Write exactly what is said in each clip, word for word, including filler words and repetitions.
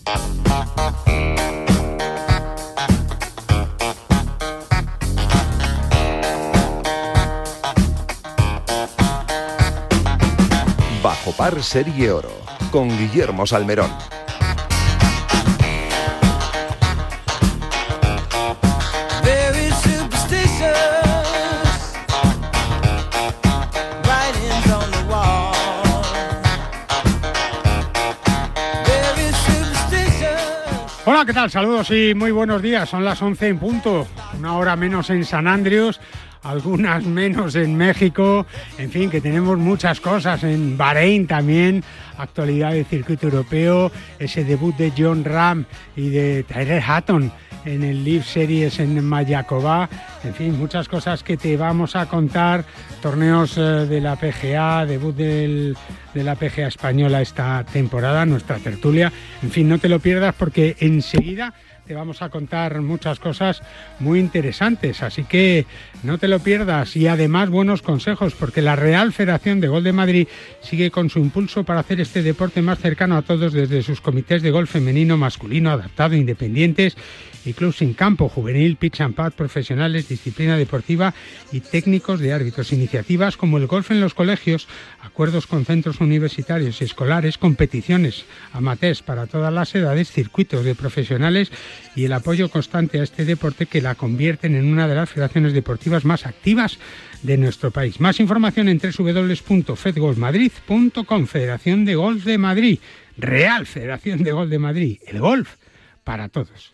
Bajo Par Serie Oro, con Guillermo Salmerón. Hola, ¿qué tal? Saludos y muy buenos días. Son las once en punto, una hora menos en San Andrews, algunas menos en México. En fin, que tenemos muchas cosas. En Bahrein también, actualidad del circuito europeo, ese debut de Jon Rahm y de Tyrrell Hatton en el Live Series en Mayaková. En fin, muchas cosas que te vamos a contar. Torneos de la P G A, debut del, de la P G A española esta temporada, nuestra tertulia. En fin, no te lo pierdas porque enseguida te vamos a contar muchas cosas muy interesantes, así que no te lo pierdas. Y además buenos consejos, porque la Real Federación de Golf de Madrid sigue con su impulso para hacer este deporte más cercano a todos desde sus comités de golf femenino, masculino, adaptado, independientes y clubs sin campo, juvenil, pitch and putt, profesionales, disciplina deportiva y técnicos de árbitros. Iniciativas como el golf en los colegios, acuerdos con centros universitarios y escolares, competiciones amateurs para todas las edades, circuitos de profesionales y el apoyo constante a este deporte que la convierten en una de las federaciones deportivas más activas de nuestro país. Más información en doble u doble u doble u punto fedgolfmadrid punto com. Federación de Golf de Madrid, Real Federación de Golf de Madrid, el golf para todos.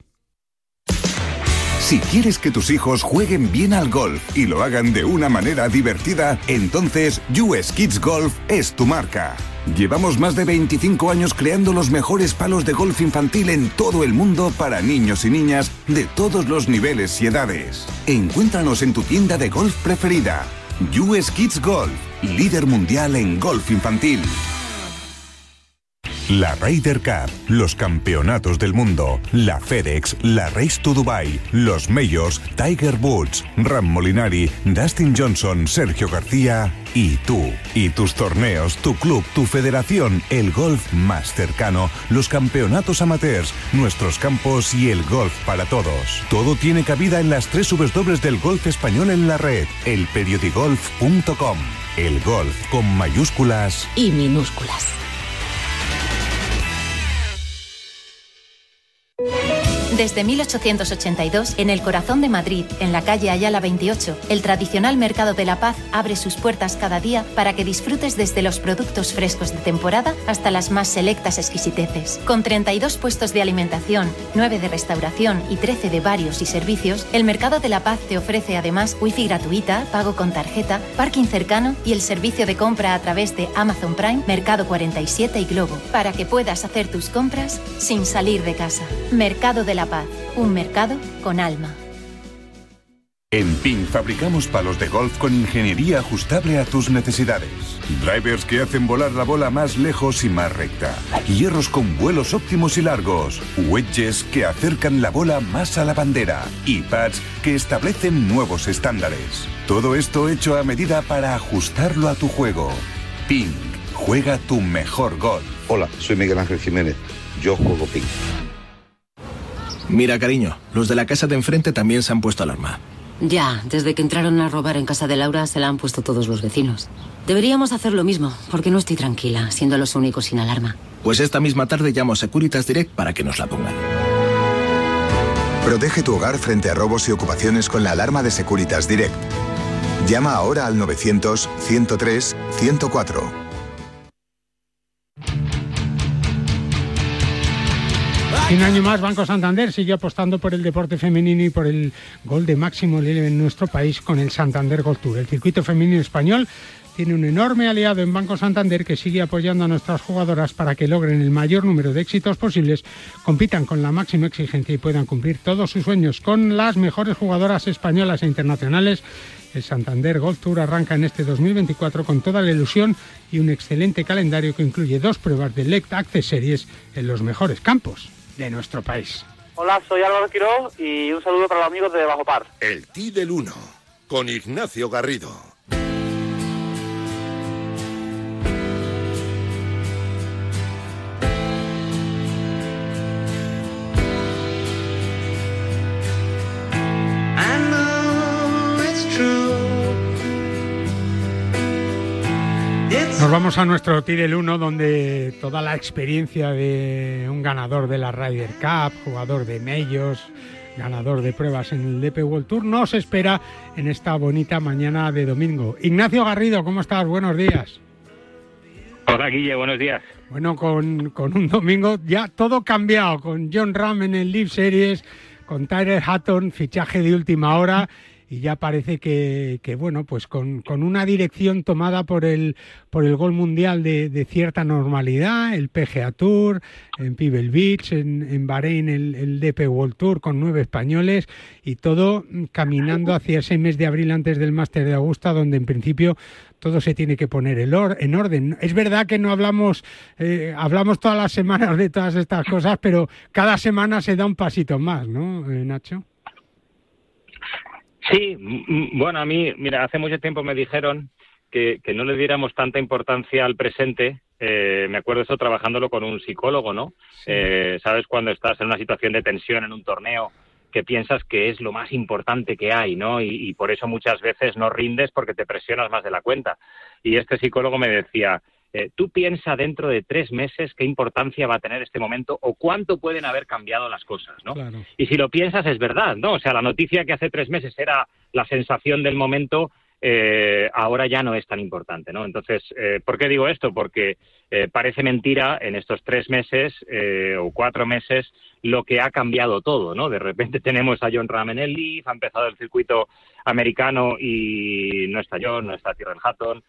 Si quieres que tus hijos jueguen bien al golf y lo hagan de una manera divertida, entonces U S Kids Golf es tu marca. Llevamos más de veinticinco años creando los mejores palos de golf infantil en todo el mundo para niños y niñas de todos los niveles y edades. Encuéntranos en tu tienda de golf preferida. U S Kids Golf, líder mundial en golf infantil. La Ryder Cup, los campeonatos del mundo, la FedEx, la Race to Dubai, los Majors, Tiger Woods, Ram Molinari, Dustin Johnson, Sergio García y tú. Y tus torneos, tu club, tu federación, el golf más cercano, los campeonatos amateurs, nuestros campos y el golf para todos. Todo tiene cabida en las tres dobles u doble u doble u del golf español en la red, el periodigolf punto com. El golf con mayúsculas y minúsculas. Desde mil ochocientos ochenta y dos, en el corazón de Madrid, en la calle Ayala veintiocho, el tradicional Mercado de la Paz abre sus puertas cada día para que disfrutes desde los productos frescos de temporada hasta las más selectas exquisiteces. Con treinta y dos puestos de alimentación, nueve de restauración y trece de varios y servicios, el Mercado de la Paz te ofrece además wifi gratuita, pago con tarjeta, parking cercano y el servicio de compra a través de Amazon Prime, Mercado cuarenta y siete y Globo, para que puedas hacer tus compras sin salir de casa. Mercado de la Paz, un mercado con alma. En Ping fabricamos palos de golf con ingeniería ajustable a tus necesidades. Drivers que hacen volar la bola más lejos y más recta. Hierros con vuelos óptimos y largos. Wedges que acercan la bola más a la bandera. Y pads que establecen nuevos estándares. Todo esto hecho a medida para ajustarlo a tu juego. Ping, juega tu mejor golf. Hola, soy Miguel Ángel Jiménez. Yo juego Ping. Mira, cariño, los de la casa de enfrente también se han puesto alarma. Ya, desde que entraron a robar en casa de Laura se la han puesto todos los vecinos. Deberíamos hacer lo mismo, porque no estoy tranquila, siendo los únicos sin alarma. Pues esta misma tarde llamo a Securitas Direct para que nos la pongan. Protege tu hogar frente a robos y ocupaciones con la alarma de Securitas Direct. Llama ahora al novecientos, ciento tres, ciento cuatro. Y un año más, Banco Santander sigue apostando por el deporte femenino y por el gol de máximo nivel en nuestro país con el Santander Golf Tour. El circuito femenino español tiene un enorme aliado en Banco Santander que sigue apoyando a nuestras jugadoras para que logren el mayor número de éxitos posibles, compitan con la máxima exigencia y puedan cumplir todos sus sueños con las mejores jugadoras españolas e internacionales. El Santander Golf Tour arranca en este dos mil veinticuatro con toda la ilusión y un excelente calendario que incluye dos pruebas de Elect Access Series en los mejores campos de nuestro país. Hola, soy Álvaro Quiró y un saludo para los amigos de Bajo Par. El Tee del Uno, con Ignacio Garrido. vamos a nuestro Tidal uno, donde toda la experiencia de un ganador de la Ryder Cup, jugador de medios, ganador de pruebas en el D P World Tour, nos espera en esta bonita mañana de domingo. Ignacio Garrido, ¿cómo estás? Buenos días. Hola, Guille, buenos días. Bueno, con, con un domingo ya todo cambiado, con Jon Rahm en el Live Series, con Tyrrell Hatton, fichaje de última hora, y ya parece que, que bueno, pues con, con una dirección tomada por el por el Golf Mundial de, de cierta normalidad, el P G A Tour, en Pebble Beach, en, en Bahrein el, el D P World Tour con nueve españoles, y todo caminando hacia ese mes de abril antes del Máster de Augusta, donde en principio todo se tiene que poner el or, en orden. Es verdad que no hablamos, eh, hablamos todas las semanas de todas estas cosas, pero cada semana se da un pasito más, ¿no, eh, Nacho? Sí, bueno, a mí, mira, hace mucho tiempo me dijeron que, que no le diéramos tanta importancia al presente. Eh, me acuerdo eso trabajándolo con un psicólogo, ¿no? Sí. Eh, ¿Sabes? Cuando estás en una situación de tensión en un torneo, que piensas que es lo más importante que hay, ¿no? Y, y por eso muchas veces no rindes porque te presionas más de la cuenta. Y este psicólogo me decía, eh, tú piensa dentro de tres meses qué importancia va a tener este momento o cuánto pueden haber cambiado las cosas, ¿no? Claro. Y si lo piensas es verdad, ¿no? O sea, la noticia que hace tres meses era la sensación del momento, eh, ahora ya no es tan importante, ¿no? Entonces, eh, ¿por qué digo esto? Porque eh, parece mentira en estos tres meses eh, o cuatro meses lo que ha cambiado todo, ¿no? De repente tenemos a Jon Rahm en el Leaf, ha empezado el circuito americano y no está Jon, no está Tyrrell Hatton,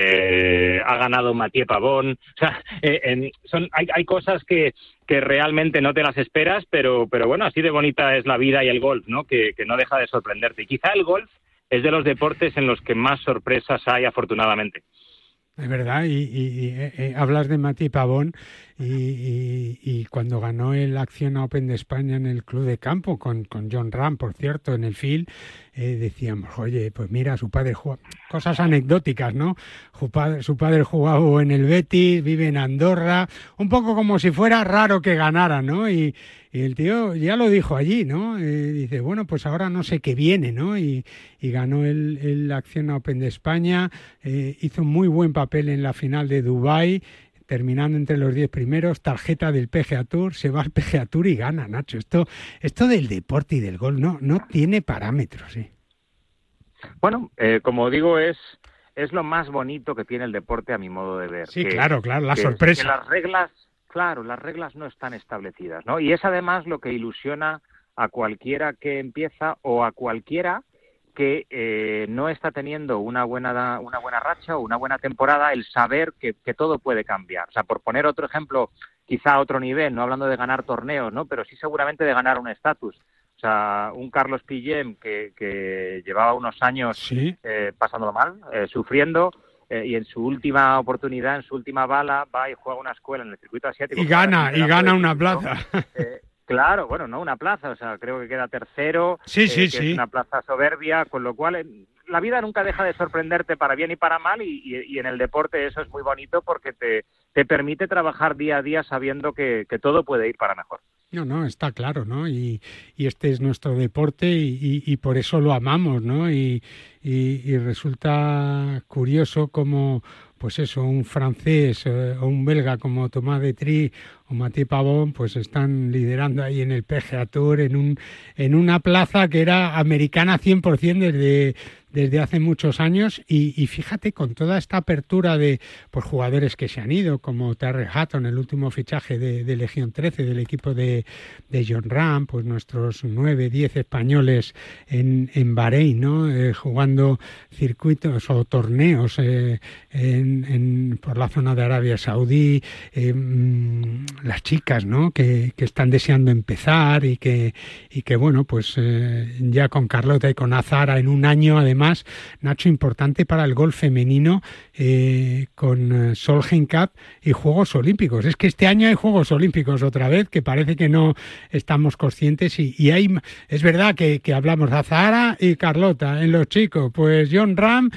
eh, ha ganado Mathieu Pavón, o sea, eh, en, son, hay, hay cosas que, que realmente no te las esperas, pero, pero bueno, así de bonita es la vida y el golf, ¿no? Que, que no deja de sorprenderte. Y quizá el golf es de los deportes en los que más sorpresas hay, afortunadamente. Es verdad, y, y, y eh, hablas de Mathieu Pavón y, y, y cuando ganó el Acciona Open de España en el Club de Campo con, con Jon Rahm, por cierto, en el field, eh, decíamos, oye, pues mira, su padre juega, cosas anecdóticas, ¿no? Su padre, su padre jugaba en el Betis, vive en Andorra, un poco como si fuera raro que ganara, ¿no? Y, y el tío ya lo dijo allí, ¿no? Eh, dice, bueno, pues ahora no sé qué viene, ¿no? Y, y ganó el, el Acciona Open de España, eh, hizo un muy buen papel en la final de Dubái, terminando entre los diez primeros, tarjeta del P G A Tour, se va al P G A Tour y gana, Nacho. Esto, esto del deporte y del gol no, no tiene parámetros, ¿eh? Bueno, eh, como digo, es, es lo más bonito que tiene el deporte a mi modo de ver. Sí, que, claro, claro, la que, sorpresa. Que las reglas, claro, las reglas no están establecidas, ¿no? Y es además lo que ilusiona a cualquiera que empieza o a cualquiera que eh, no está teniendo una buena una buena racha o una buena temporada, el saber que, que todo puede cambiar. O sea, por poner otro ejemplo, quizá a otro nivel, no hablando de ganar torneos, ¿no? Pero sí seguramente de ganar un estatus. O sea, un Carlos Pillem que, que llevaba unos años ¿sí? eh, pasándolo mal, eh, sufriendo, eh, y en su última oportunidad, en su última bala, va y juega una escuela en el circuito asiático. Y gana, y gana una plaza. Eh, Claro, bueno, no una plaza, o sea, creo que queda tercero, sí, sí, eh, que sí. es una plaza soberbia, con lo cual eh, la vida nunca deja de sorprenderte para bien y para mal, y, y, y en el deporte eso es muy bonito porque te, te permite trabajar día a día sabiendo que, que todo puede ir para mejor. No, no, está claro, ¿no? Y, y este es nuestro deporte y, y, y por eso lo amamos, ¿no? Y, y, y resulta curioso como, pues eso, un francés eh, o un belga como Thomas Detry o Mathieu Pavón, pues están liderando ahí en el P G A Tour en un en una plaza que era americana cien por ciento desde desde hace muchos años y, y fíjate con toda esta apertura de pues jugadores que se han ido como Tyrrell Hatton, el último fichaje de, de Legión trece del equipo de, de Jon Rahm, pues nuestros nueve, diez españoles en, en Bahrein, ¿no? Eh, jugando circuitos o torneos eh, en, en, por la zona de Arabia Saudí, eh, las chicas, ¿no? Que, que están deseando empezar y que, y que bueno, pues eh, ya con Carlota y con Azara en un año, además, Nacho, importante para el golf femenino eh, con Solheim Cup y Juegos Olímpicos. Es que este año hay Juegos Olímpicos otra vez, que parece que no estamos conscientes y, y hay, es verdad que, que hablamos de Azahara y Carlota en los chicos, pues Jon Rahm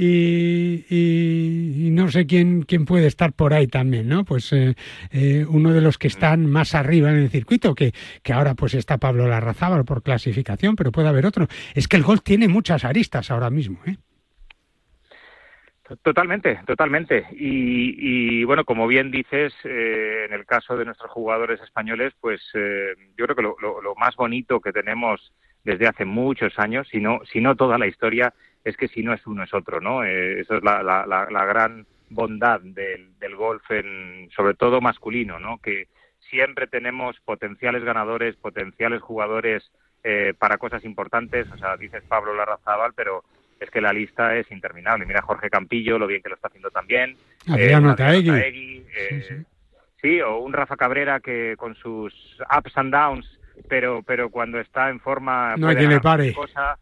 y, y, y no sé quién, quién puede estar por ahí también, ¿no? Pues eh, eh, uno de los que están más arriba en el circuito, que, que ahora pues está Pablo Larrazábal por clasificación, pero puede haber otro. Es que el golf tiene muchas aristas ahora mismo, ¿eh? Totalmente, totalmente. Y, y bueno, como bien dices, eh, en el caso de nuestros jugadores españoles, pues eh, yo creo que lo, lo, lo más bonito que tenemos desde hace muchos años, si no, si no toda la historia, es que si no es uno es otro, ¿no? Eh, eso es la, la, la, la gran bondad del, del golf, en, sobre todo masculino, ¿no? Que siempre tenemos potenciales ganadores, potenciales jugadores eh, para cosas importantes. O sea, dices Pablo Larrazábal, pero es que la lista es interminable. Mira Jorge Campillo, lo bien que lo está haciendo también. Adriano eh, Taegui. Taegui eh, sí, sí. sí, o un Rafa Cabrera que con sus ups and downs, pero pero cuando está en forma no hay quien le pare. Cosa.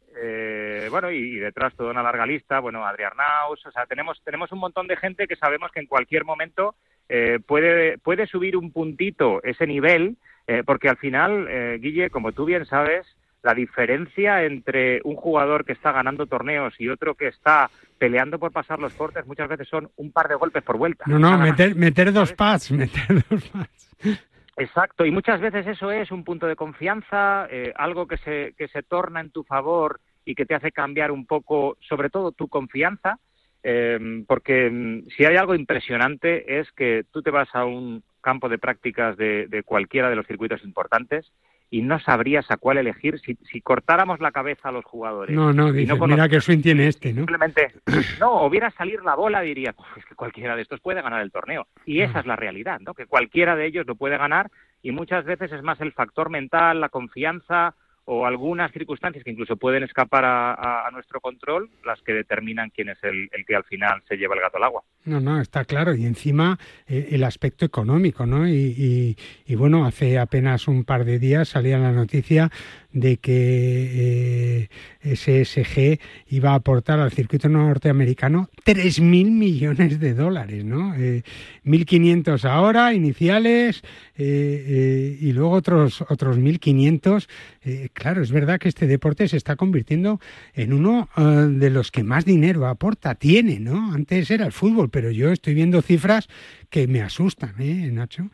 Eh, bueno, y, y detrás toda una larga lista, bueno, Adrián Naus, o sea, tenemos tenemos un montón de gente que sabemos que en cualquier momento eh, puede puede subir un puntito ese nivel, eh, porque al final, eh, Guille, como tú bien sabes, la diferencia entre un jugador que está ganando torneos y otro que está peleando por pasar los cortes muchas veces son un par de golpes por vuelta. No, no, meter, meter dos pads, meter dos pads. Exacto, y muchas veces eso es un punto de confianza, eh, algo que se, que se torna en tu favor y que te hace cambiar un poco, sobre todo, tu confianza, eh, porque si hay algo impresionante es que tú te vas a un campo de prácticas de, de cualquiera de los circuitos importantes y no sabrías a cuál elegir si, si cortáramos la cabeza a los jugadores. No, no, dices, no mira qué swing tiene este, ¿no? Simplemente, no, o viera salir la bola, diría, es que cualquiera de estos puede ganar el torneo. Y esa es la realidad, ¿no? Que cualquiera de ellos lo puede ganar y muchas veces es más el factor mental, la confianza o algunas circunstancias que incluso pueden escapar a, a, a nuestro control, las que determinan quién es el, el que al final se lleva el gato al agua. No, no, está claro. Y encima eh, el aspecto económico, ¿no? Y, y, y bueno, hace apenas un par de días salía la noticia de que eh, S S G iba a aportar al circuito norteamericano tres mil millones de dólares, ¿no? Eh, mil quinientos ahora, iniciales, eh, eh, y luego otros otros mil quinientos. Eh, claro, es verdad que este deporte se está convirtiendo en uno uh, de los que más dinero aporta, tiene, ¿no? Antes era el fútbol, pero yo estoy viendo cifras que me asustan, ¿eh, Nacho?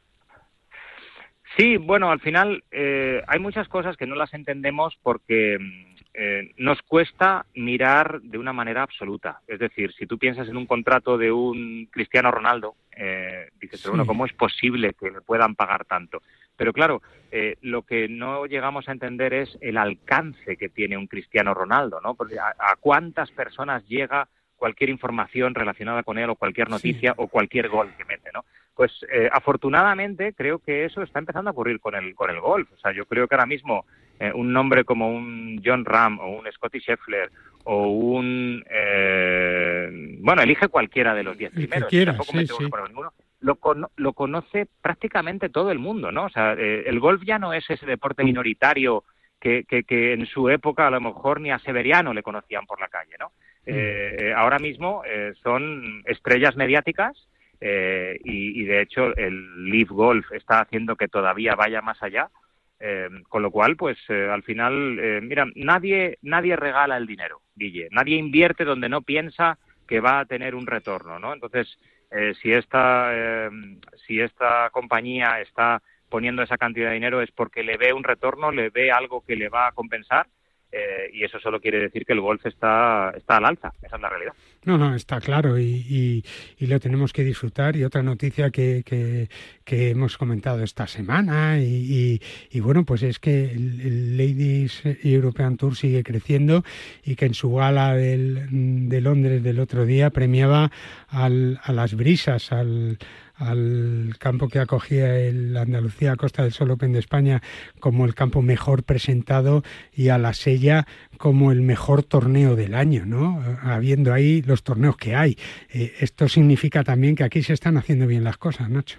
Sí, bueno, al final eh, hay muchas cosas que no las entendemos porque eh, nos cuesta mirar de una manera absoluta. Es decir, si tú piensas en un contrato de un Cristiano Ronaldo, eh, dices, sí. bueno, ¿cómo es posible que le puedan pagar tanto? Pero claro, eh, lo que no llegamos a entender es el alcance que tiene un Cristiano Ronaldo, ¿no? Porque a, a cuántas personas llega cualquier información relacionada con él o cualquier noticia sí. o cualquier gol que mete, ¿no? Pues eh, afortunadamente creo que eso está empezando a ocurrir con el con el golf. O sea, yo creo que ahora mismo eh, un nombre como un John Ram o un Scottie Scheffler o un... Eh, bueno, elige cualquiera de los diez primeros. Quiera, tampoco sí, me tengo sí. que poner ninguno. Lo, con, lo conoce prácticamente todo el mundo, ¿no? O sea, eh, el golf ya no es ese deporte minoritario que, que, que en su época a lo mejor ni a Severiano le conocían por la calle, ¿no? Eh, eh, ahora mismo eh, son estrellas mediáticas. Eh, y, y de hecho el Live Golf está haciendo que todavía vaya más allá, eh, con lo cual pues eh, al final eh, mira, nadie nadie regala el dinero, Guille, nadie invierte donde no piensa que va a tener un retorno, ¿no? Entonces eh, si esta eh, si esta compañía está poniendo esa cantidad de dinero es porque le ve un retorno, le ve algo que le va a compensar. Eh, y eso solo quiere decir que el golf está, está al alza, esa es la realidad. No, no, está claro y, y, y lo tenemos que disfrutar. Y otra noticia que, que, que hemos comentado esta semana y, y, y bueno, pues es que el, el Ladies European Tour sigue creciendo y que en su gala del, de Londres del otro día premiaba al, a las Brisas, al... al campo que acogía el Andalucía Costa del Sol Open de España como el campo mejor presentado y a la Sella como el mejor torneo del año, ¿no? Habiendo ahí los torneos que hay. Eh, esto significa también que aquí se están haciendo bien las cosas, Nacho.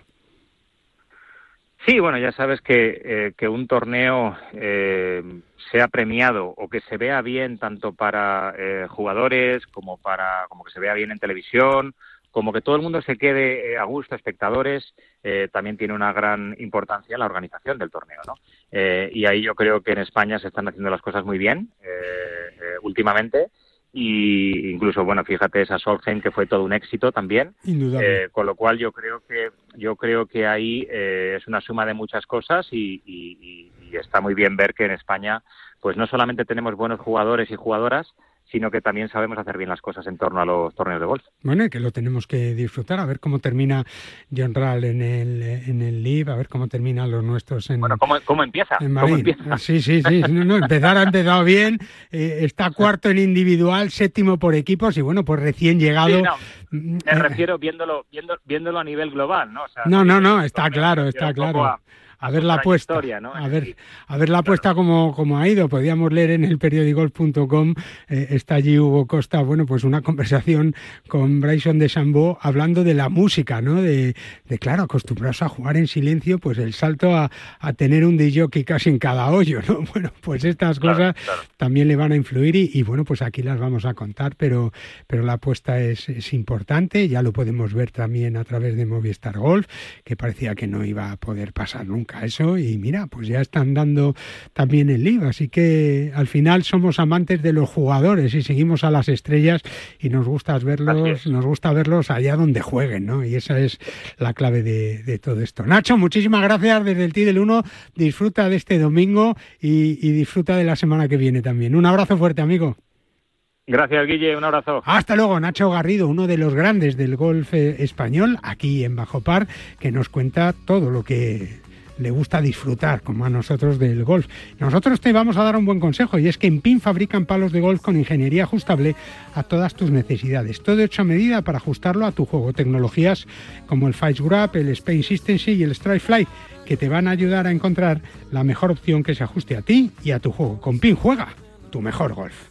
Sí, bueno, ya sabes que, eh, que un torneo eh, sea premiado o que se vea bien tanto para eh, jugadores como para como que se vea bien en televisión, como que todo el mundo se quede a gusto, espectadores, eh, también tiene una gran importancia la organización del torneo, ¿no? Eh, y ahí yo creo que en España se están haciendo las cosas muy bien eh, eh, últimamente y incluso, bueno, fíjate esa Solheim que fue todo un éxito también, eh, con lo cual yo creo que yo creo que ahí eh, es una suma de muchas cosas y, y, y está muy bien ver que en España pues no solamente tenemos buenos jugadores y jugadoras, sino que también sabemos hacer bien las cosas en torno a los torneos de golf. Bueno, y que lo tenemos que disfrutar, a ver cómo termina Jon Rahl en el en el Live, a ver cómo terminan los nuestros en Bueno, ¿cómo, cómo empieza? en Madrid. ¿Cómo empieza? Sí, sí, sí, no, no, empezar ha empezado bien, eh, está cuarto en individual, séptimo por equipos y bueno, pues recién llegado... Sí, no, me eh, refiero viéndolo, viendo, viéndolo a nivel global, ¿no? O sea, no, no, no, está claro, está claro. A... A ver la apuesta, ¿no? a ver, a ver la apuesta claro. cómo, cómo ha ido. Podíamos leer en el periódico punto com, eh, está allí Hugo Costa, bueno, pues una conversación con Bryson DeChambeau hablando de la música, ¿no? De, de claro, acostumbrados a jugar en silencio, pues el salto a, a tener un disc jockey casi en cada hoyo, ¿no? Bueno, pues estas claro, cosas claro. también le van a influir y, y bueno, pues aquí las vamos a contar, pero, pero la apuesta es, es importante, ya lo podemos ver también a través de Movistar Golf, que parecía que no iba a poder pasar nunca eso y mira, pues ya están dando también el Live, así que al final somos amantes de los jugadores y seguimos a las estrellas y nos gusta verlos, nos gusta verlos allá donde jueguen, ¿no? Y esa es la clave de, de todo esto. Nacho, muchísimas gracias desde el Tee del Uno, disfruta de este domingo y, y disfruta de la semana que viene también. Un abrazo fuerte, amigo. Gracias, Guille, un abrazo. Hasta luego, Nacho Garrido, uno de los grandes del golf español, aquí en Bajo Par, que nos cuenta todo lo que le gusta disfrutar, como a nosotros, del golf. Nosotros te vamos a dar un buen consejo, y es que en Pin fabrican palos de golf con ingeniería ajustable a todas tus necesidades. Todo hecho a medida para ajustarlo a tu juego. Tecnologías como el Five Grab, el Space Consistency y el Strike Fly, que te van a ayudar a encontrar la mejor opción que se ajuste a ti y a tu juego. Con Pin juega tu mejor golf.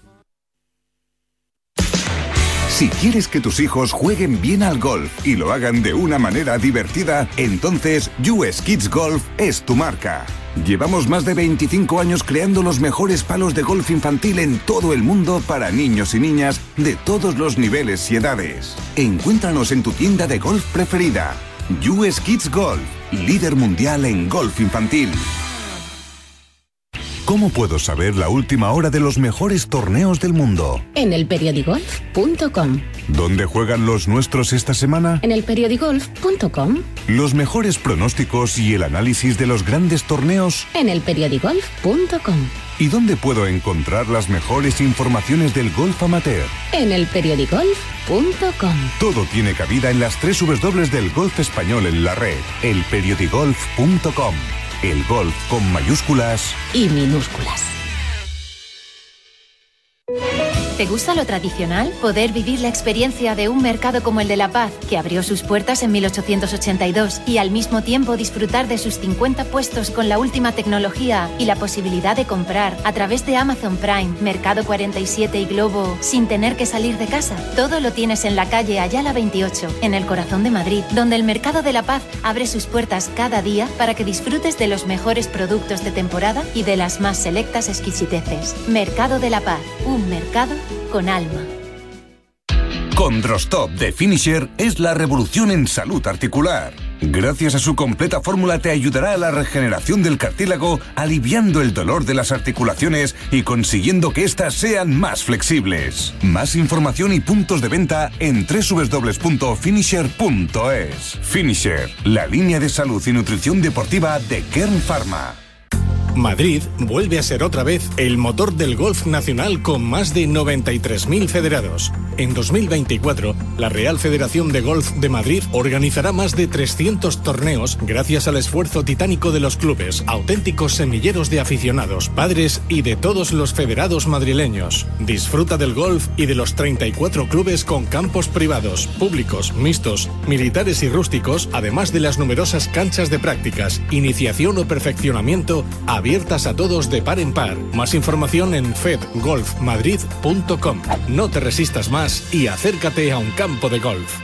Si quieres que tus hijos jueguen bien al golf y lo hagan de una manera divertida, entonces U S Kids Golf es tu marca. Llevamos más de veinticinco años creando los mejores palos de golf infantil en todo el mundo para niños y niñas de todos los niveles y edades. Encuéntranos en tu tienda de golf preferida. U S Kids Golf, líder mundial en golf infantil. ¿Cómo puedo saber la última hora de los mejores torneos del mundo? En el periodigolf punto com. ¿Dónde juegan los nuestros esta semana? En el periodigolf punto com. ¿Los mejores pronósticos y el análisis de los grandes torneos? En el periodigolf punto com. ¿Y dónde puedo encontrar las mejores informaciones del golf amateur? En el periodigolf punto com. Todo tiene cabida en las tres dobles del golf español en la red. el periodigolf punto com. El golf con mayúsculas y minúsculas. ¿Te gusta lo tradicional? Poder vivir la experiencia de un mercado como el de La Paz, que abrió sus puertas en mil ochocientos ochenta y dos, y al mismo tiempo disfrutar de sus cincuenta puestos con la última tecnología y la posibilidad de comprar a través de Amazon Prime, Mercado cuarenta y siete y Globo sin tener que salir de casa. Todo lo tienes en la calle Ayala veintiocho, en el corazón de Madrid, donde el Mercado de La Paz abre sus puertas cada día para que disfrutes de los mejores productos de temporada y de las más selectas exquisiteces. Mercado de La Paz, un mercado con alma. Condrostop de Finisher es la revolución en salud articular. Gracias a su completa fórmula te ayudará a la regeneración del cartílago, aliviando el dolor de las articulaciones y consiguiendo que éstas sean más flexibles. Más información y puntos de venta en doble u doble u doble u punto finisher punto es. Finisher, la línea de salud y nutrición deportiva de Kern Pharma. Madrid vuelve a ser otra vez el motor del golf nacional con más de noventa y tres mil federados. En dos mil veinticuatro, la Real Federación de Golf de Madrid organizará más de trescientos torneos gracias al esfuerzo titánico de los clubes, auténticos semilleros de aficionados, padres y de todos los federados madrileños. Disfruta del golf y de los treinta y cuatro clubes con campos privados, públicos, mixtos, militares y rústicos, además de las numerosas canchas de prácticas, iniciación o perfeccionamiento abiertas a todos de par en par. Más información en fed golf madrid punto com. No te resistas más y acércate a un campo de golf.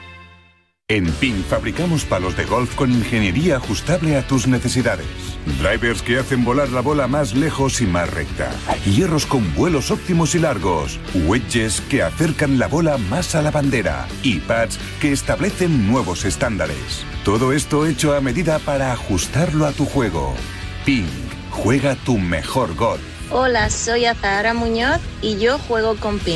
En Ping fabricamos palos de golf con ingeniería ajustable a tus necesidades. Drivers que hacen volar la bola más lejos y más recta. Hierros con vuelos óptimos y largos. Wedges que acercan la bola más a la bandera. Y pads que establecen nuevos estándares. Todo esto hecho a medida para ajustarlo a tu juego. Ping, juega tu mejor golf. Hola, soy Azahara Muñoz y yo juego con Ping.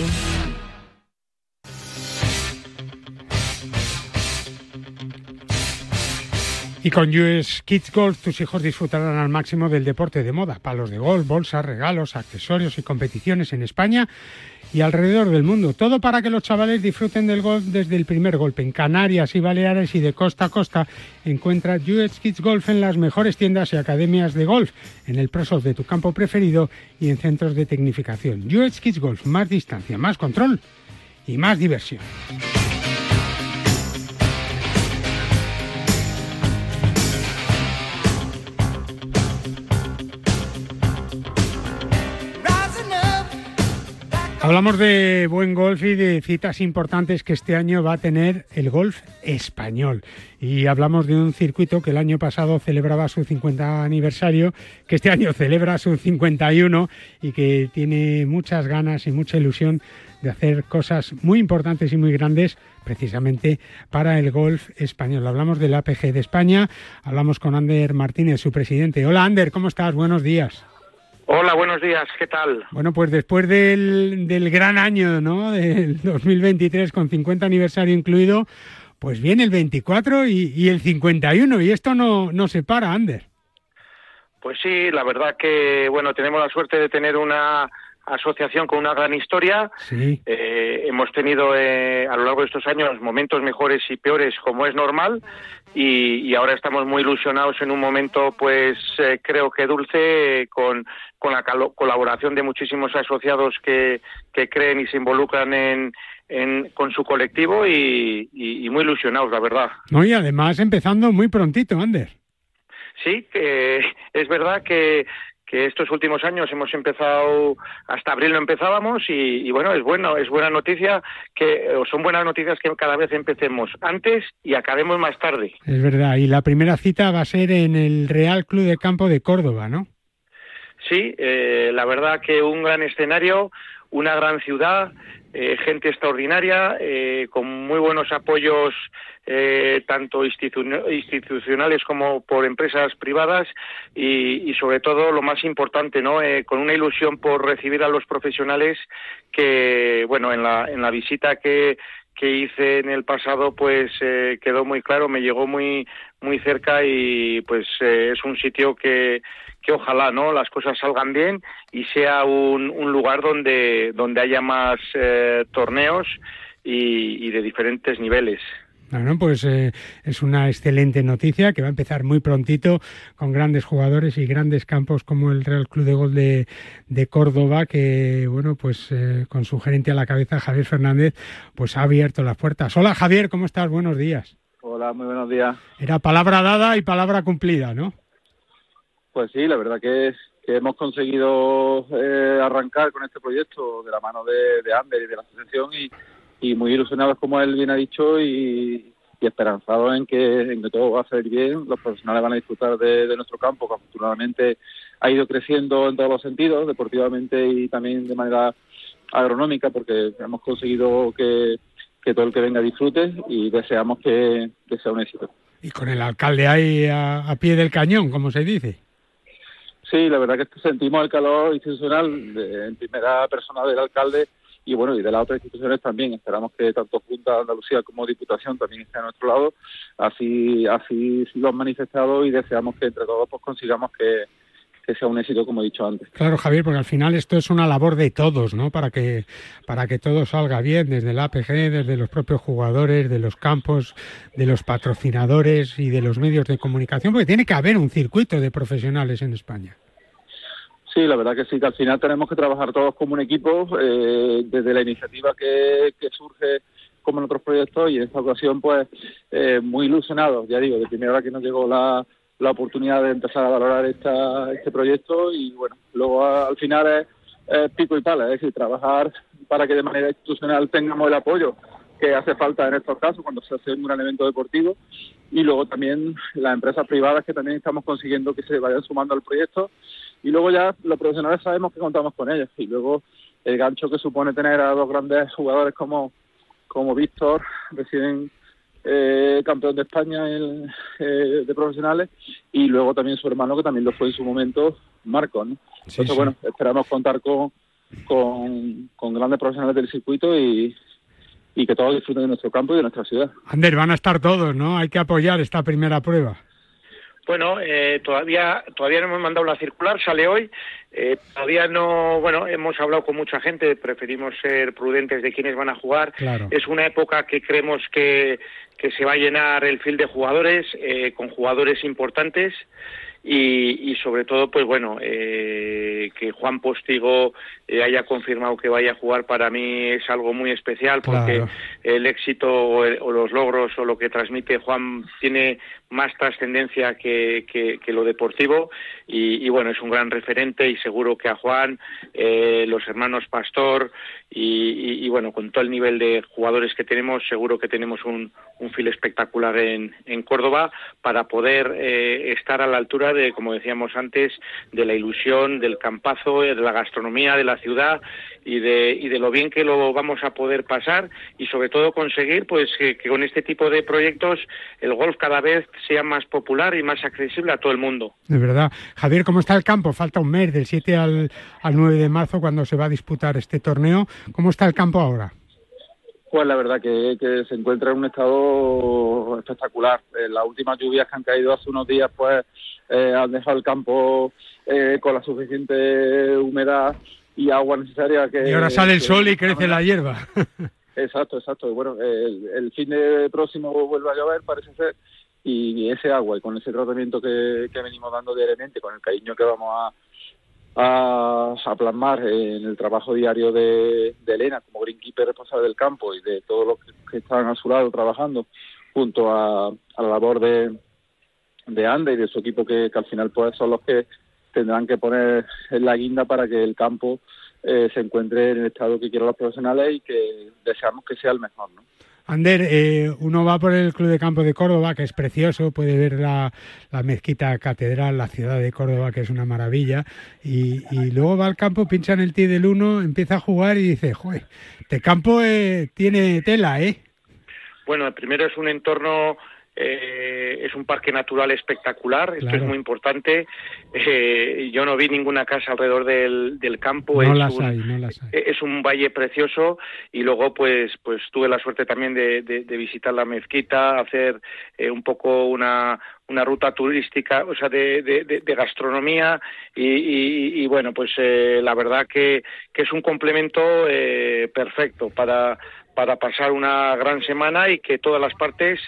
Y con U S Kids Golf tus hijos disfrutarán al máximo del deporte de moda. Palos de golf, bolsas, regalos, accesorios y competiciones en España y alrededor del mundo. Todo para que los chavales disfruten del golf desde el primer golpe. En Canarias y Baleares y de costa a costa encuentra U H Kids Golf en las mejores tiendas y academias de golf, en el Pro Shop de tu campo preferido y en centros de tecnificación. U H Kids Golf, más distancia, más control y más diversión. Hablamos de buen golf y de citas importantes que este año va a tener el golf español. Y hablamos de un circuito que el año pasado celebraba su cincuenta aniversario, que este año celebra su cincuenta y uno y que tiene muchas ganas y mucha ilusión de hacer cosas muy importantes y muy grandes precisamente para el golf español. Hablamos del A P G de España, hablamos con Ander Martínez, su presidente. Hola Ander, ¿cómo estás? Buenos días. Hola, buenos días, ¿qué tal? Bueno, pues después del, del gran año, ¿no?, del dos mil veintitrés, con cincuenta aniversario incluido, pues viene el veinticuatro y, y el cincuenta y uno, y esto no, no se para, Ander. Pues sí, la verdad que, bueno, tenemos la suerte de tener una asociación con una gran historia. Sí. Eh, hemos tenido eh, a lo largo de estos años momentos mejores y peores, como es normal, y, y ahora estamos muy ilusionados en un momento, pues eh, creo que dulce, eh, con, con la calo- colaboración de muchísimos asociados que, que creen y se involucran en, en con su colectivo y, y, y muy ilusionados, la verdad. No, y además empezando muy prontito, Ander. Sí, que es verdad que que estos últimos años hemos empezado, hasta abril no empezábamos, y, y bueno, es bueno, es buena noticia, que o son buenas noticias que cada vez empecemos antes y acabemos más tarde. Es verdad, y la primera cita va a ser en el Real Club de Campo de Córdoba, ¿no? Sí, eh, la verdad que un gran escenario, una gran ciudad, eh, gente extraordinaria, eh, con muy buenos apoyos, eh, tanto institu- institucionales como por empresas privadas, y, y sobre todo lo más importante, ¿no?, eh, con una ilusión por recibir a los profesionales que, bueno, en la, en la visita que que hice en el pasado, pues eh, quedó muy claro, me llegó muy muy cerca, y pues eh, es un sitio que que ojalá, ¿no?, las cosas salgan bien y sea un, un lugar donde donde haya más eh, torneos y, y de diferentes niveles. Bueno, pues eh, es una excelente noticia que va a empezar muy prontito con grandes jugadores y grandes campos como el Real Club de Golf de, de Córdoba, que, bueno, pues eh, con su gerente a la cabeza, Javier Fernández, pues ha abierto las puertas. Hola Javier, ¿cómo estás? Buenos días. Hola, muy buenos días. Era palabra dada y palabra cumplida, ¿no? Pues sí, la verdad que, es, que hemos conseguido eh, arrancar con este proyecto de la mano de, de Ander y de la asociación, y y muy ilusionados, como él bien ha dicho, y, y esperanzados en que, en que todo va a salir bien. Los profesionales van a disfrutar de, de nuestro campo, que afortunadamente ha ido creciendo en todos los sentidos, deportivamente y también de manera agronómica, porque hemos conseguido que, que todo el que venga disfrute, y deseamos que, que sea un éxito. Y con el alcalde ahí a, a pie del cañón, como se dice. Sí, la verdad que sentimos el calor institucional de, en primera persona del alcalde, y bueno, y de las otras instituciones también. Esperamos que tanto Junta de Andalucía como Diputación también estén a nuestro lado. Así así lo han manifestado, y deseamos que entre todos pues consigamos que, que sea un éxito, como he dicho antes. Claro, Javier, porque al final esto es una labor de todos, ¿no? Para que para que todo salga bien, desde el A P G, desde los propios jugadores, de los campos, de los patrocinadores y de los medios de comunicación, porque tiene que haber un circuito de profesionales en España. Sí, la verdad que sí, que al final tenemos que trabajar todos como un equipo, eh, desde la iniciativa que, que surge como en otros proyectos, y en esta ocasión pues eh, muy ilusionados, ya digo, de primera hora que nos llegó la, la oportunidad de empezar a valorar esta, este proyecto, y bueno, luego a, al final es, es pico y pala, es decir, trabajar para que de manera institucional tengamos el apoyo que hace falta en estos casos cuando se hace un gran evento deportivo, y luego también las empresas privadas, que también estamos consiguiendo que se vayan sumando al proyecto, y luego ya los profesionales sabemos que contamos con ellos, y luego el gancho que supone tener a dos grandes jugadores como como Víctor, recién eh, campeón de España en, eh, de profesionales, y luego también su hermano, que también lo fue en su momento, Marco, ¿no? Sí, Entonces, sí. bueno, esperamos contar con, con, con grandes profesionales del circuito, y, y que todos disfruten de nuestro campo y de nuestra ciudad. Ander, van a estar todos, ¿no? Hay que apoyar esta primera prueba. Bueno, eh, todavía todavía no hemos mandado la circular, sale hoy, Eh, todavía no, bueno, hemos hablado con mucha gente, preferimos ser prudentes de quiénes van a jugar. Claro. Es una época que creemos que, que se va a llenar el field de jugadores, eh, con jugadores importantes. Y, y sobre todo, pues bueno, eh, que Juan Postigo eh, haya confirmado que vaya a jugar, para mí es algo muy especial, porque claro, el éxito o, el, o los logros o lo que transmite Juan tiene más trascendencia que, que, que lo deportivo, y, y bueno, es un gran referente, y seguro que a Juan, eh, los hermanos Pastor y, y, y bueno, con todo el nivel de jugadores que tenemos, seguro que tenemos un, un fil espectacular en, en Córdoba para poder eh, estar a la altura de, como decíamos antes, de la ilusión, del campazo, de la gastronomía de la ciudad y de, y de lo bien que lo vamos a poder pasar, y sobre todo conseguir pues que, que con este tipo de proyectos el golf cada vez sea más popular y más accesible a todo el mundo. De verdad. Javier, ¿cómo está el campo? Falta un mes, del siete al, al nueve de marzo, cuando se va a disputar este torneo. ¿Cómo está el campo ahora? Pues la verdad que, que se encuentra en un estado espectacular. Eh, las últimas lluvias que han caído hace unos días pues eh, han dejado el campo eh, con la suficiente humedad y agua necesaria que... Y ahora sale el que, sol y crece la hierba. Exacto, exacto. Y bueno, el, el fin de próximo vuelve a llover, parece ser, y ese agua y con ese tratamiento que, que venimos dando diariamente, con el cariño que vamos a, a, a plasmar en el trabajo diario de, de Elena como greenkeeper responsable del campo y de todos los que, que están a su lado trabajando, junto a, a la labor de, de Anda y de su equipo, que, que al final pues son los que tendrán que poner en la guinda para que el campo eh, se encuentre en el estado que quieran los profesionales y que deseamos que sea el mejor, ¿no? Ander, eh, uno va por el Club de Campo de Córdoba, que es precioso, puede ver la, la mezquita catedral, la ciudad de Córdoba, que es una maravilla, y, y luego va al campo, pincha en el tee del uno, empieza a jugar y dice, joder, este campo eh, tiene tela, ¿eh? Bueno, primero es un entorno... Eh, es un parque natural espectacular, esto claro, es muy importante. Eh, yo no vi ninguna casa alrededor del, del campo. No es las un, hay, no las hay. Es un valle precioso, y luego pues pues tuve la suerte también de, de, de visitar la mezquita, hacer eh, un poco una una ruta turística, o sea, de, de, de, de gastronomía, y, y, y bueno, pues eh, la verdad que, que es un complemento eh, perfecto para para pasar una gran semana y que todas las partes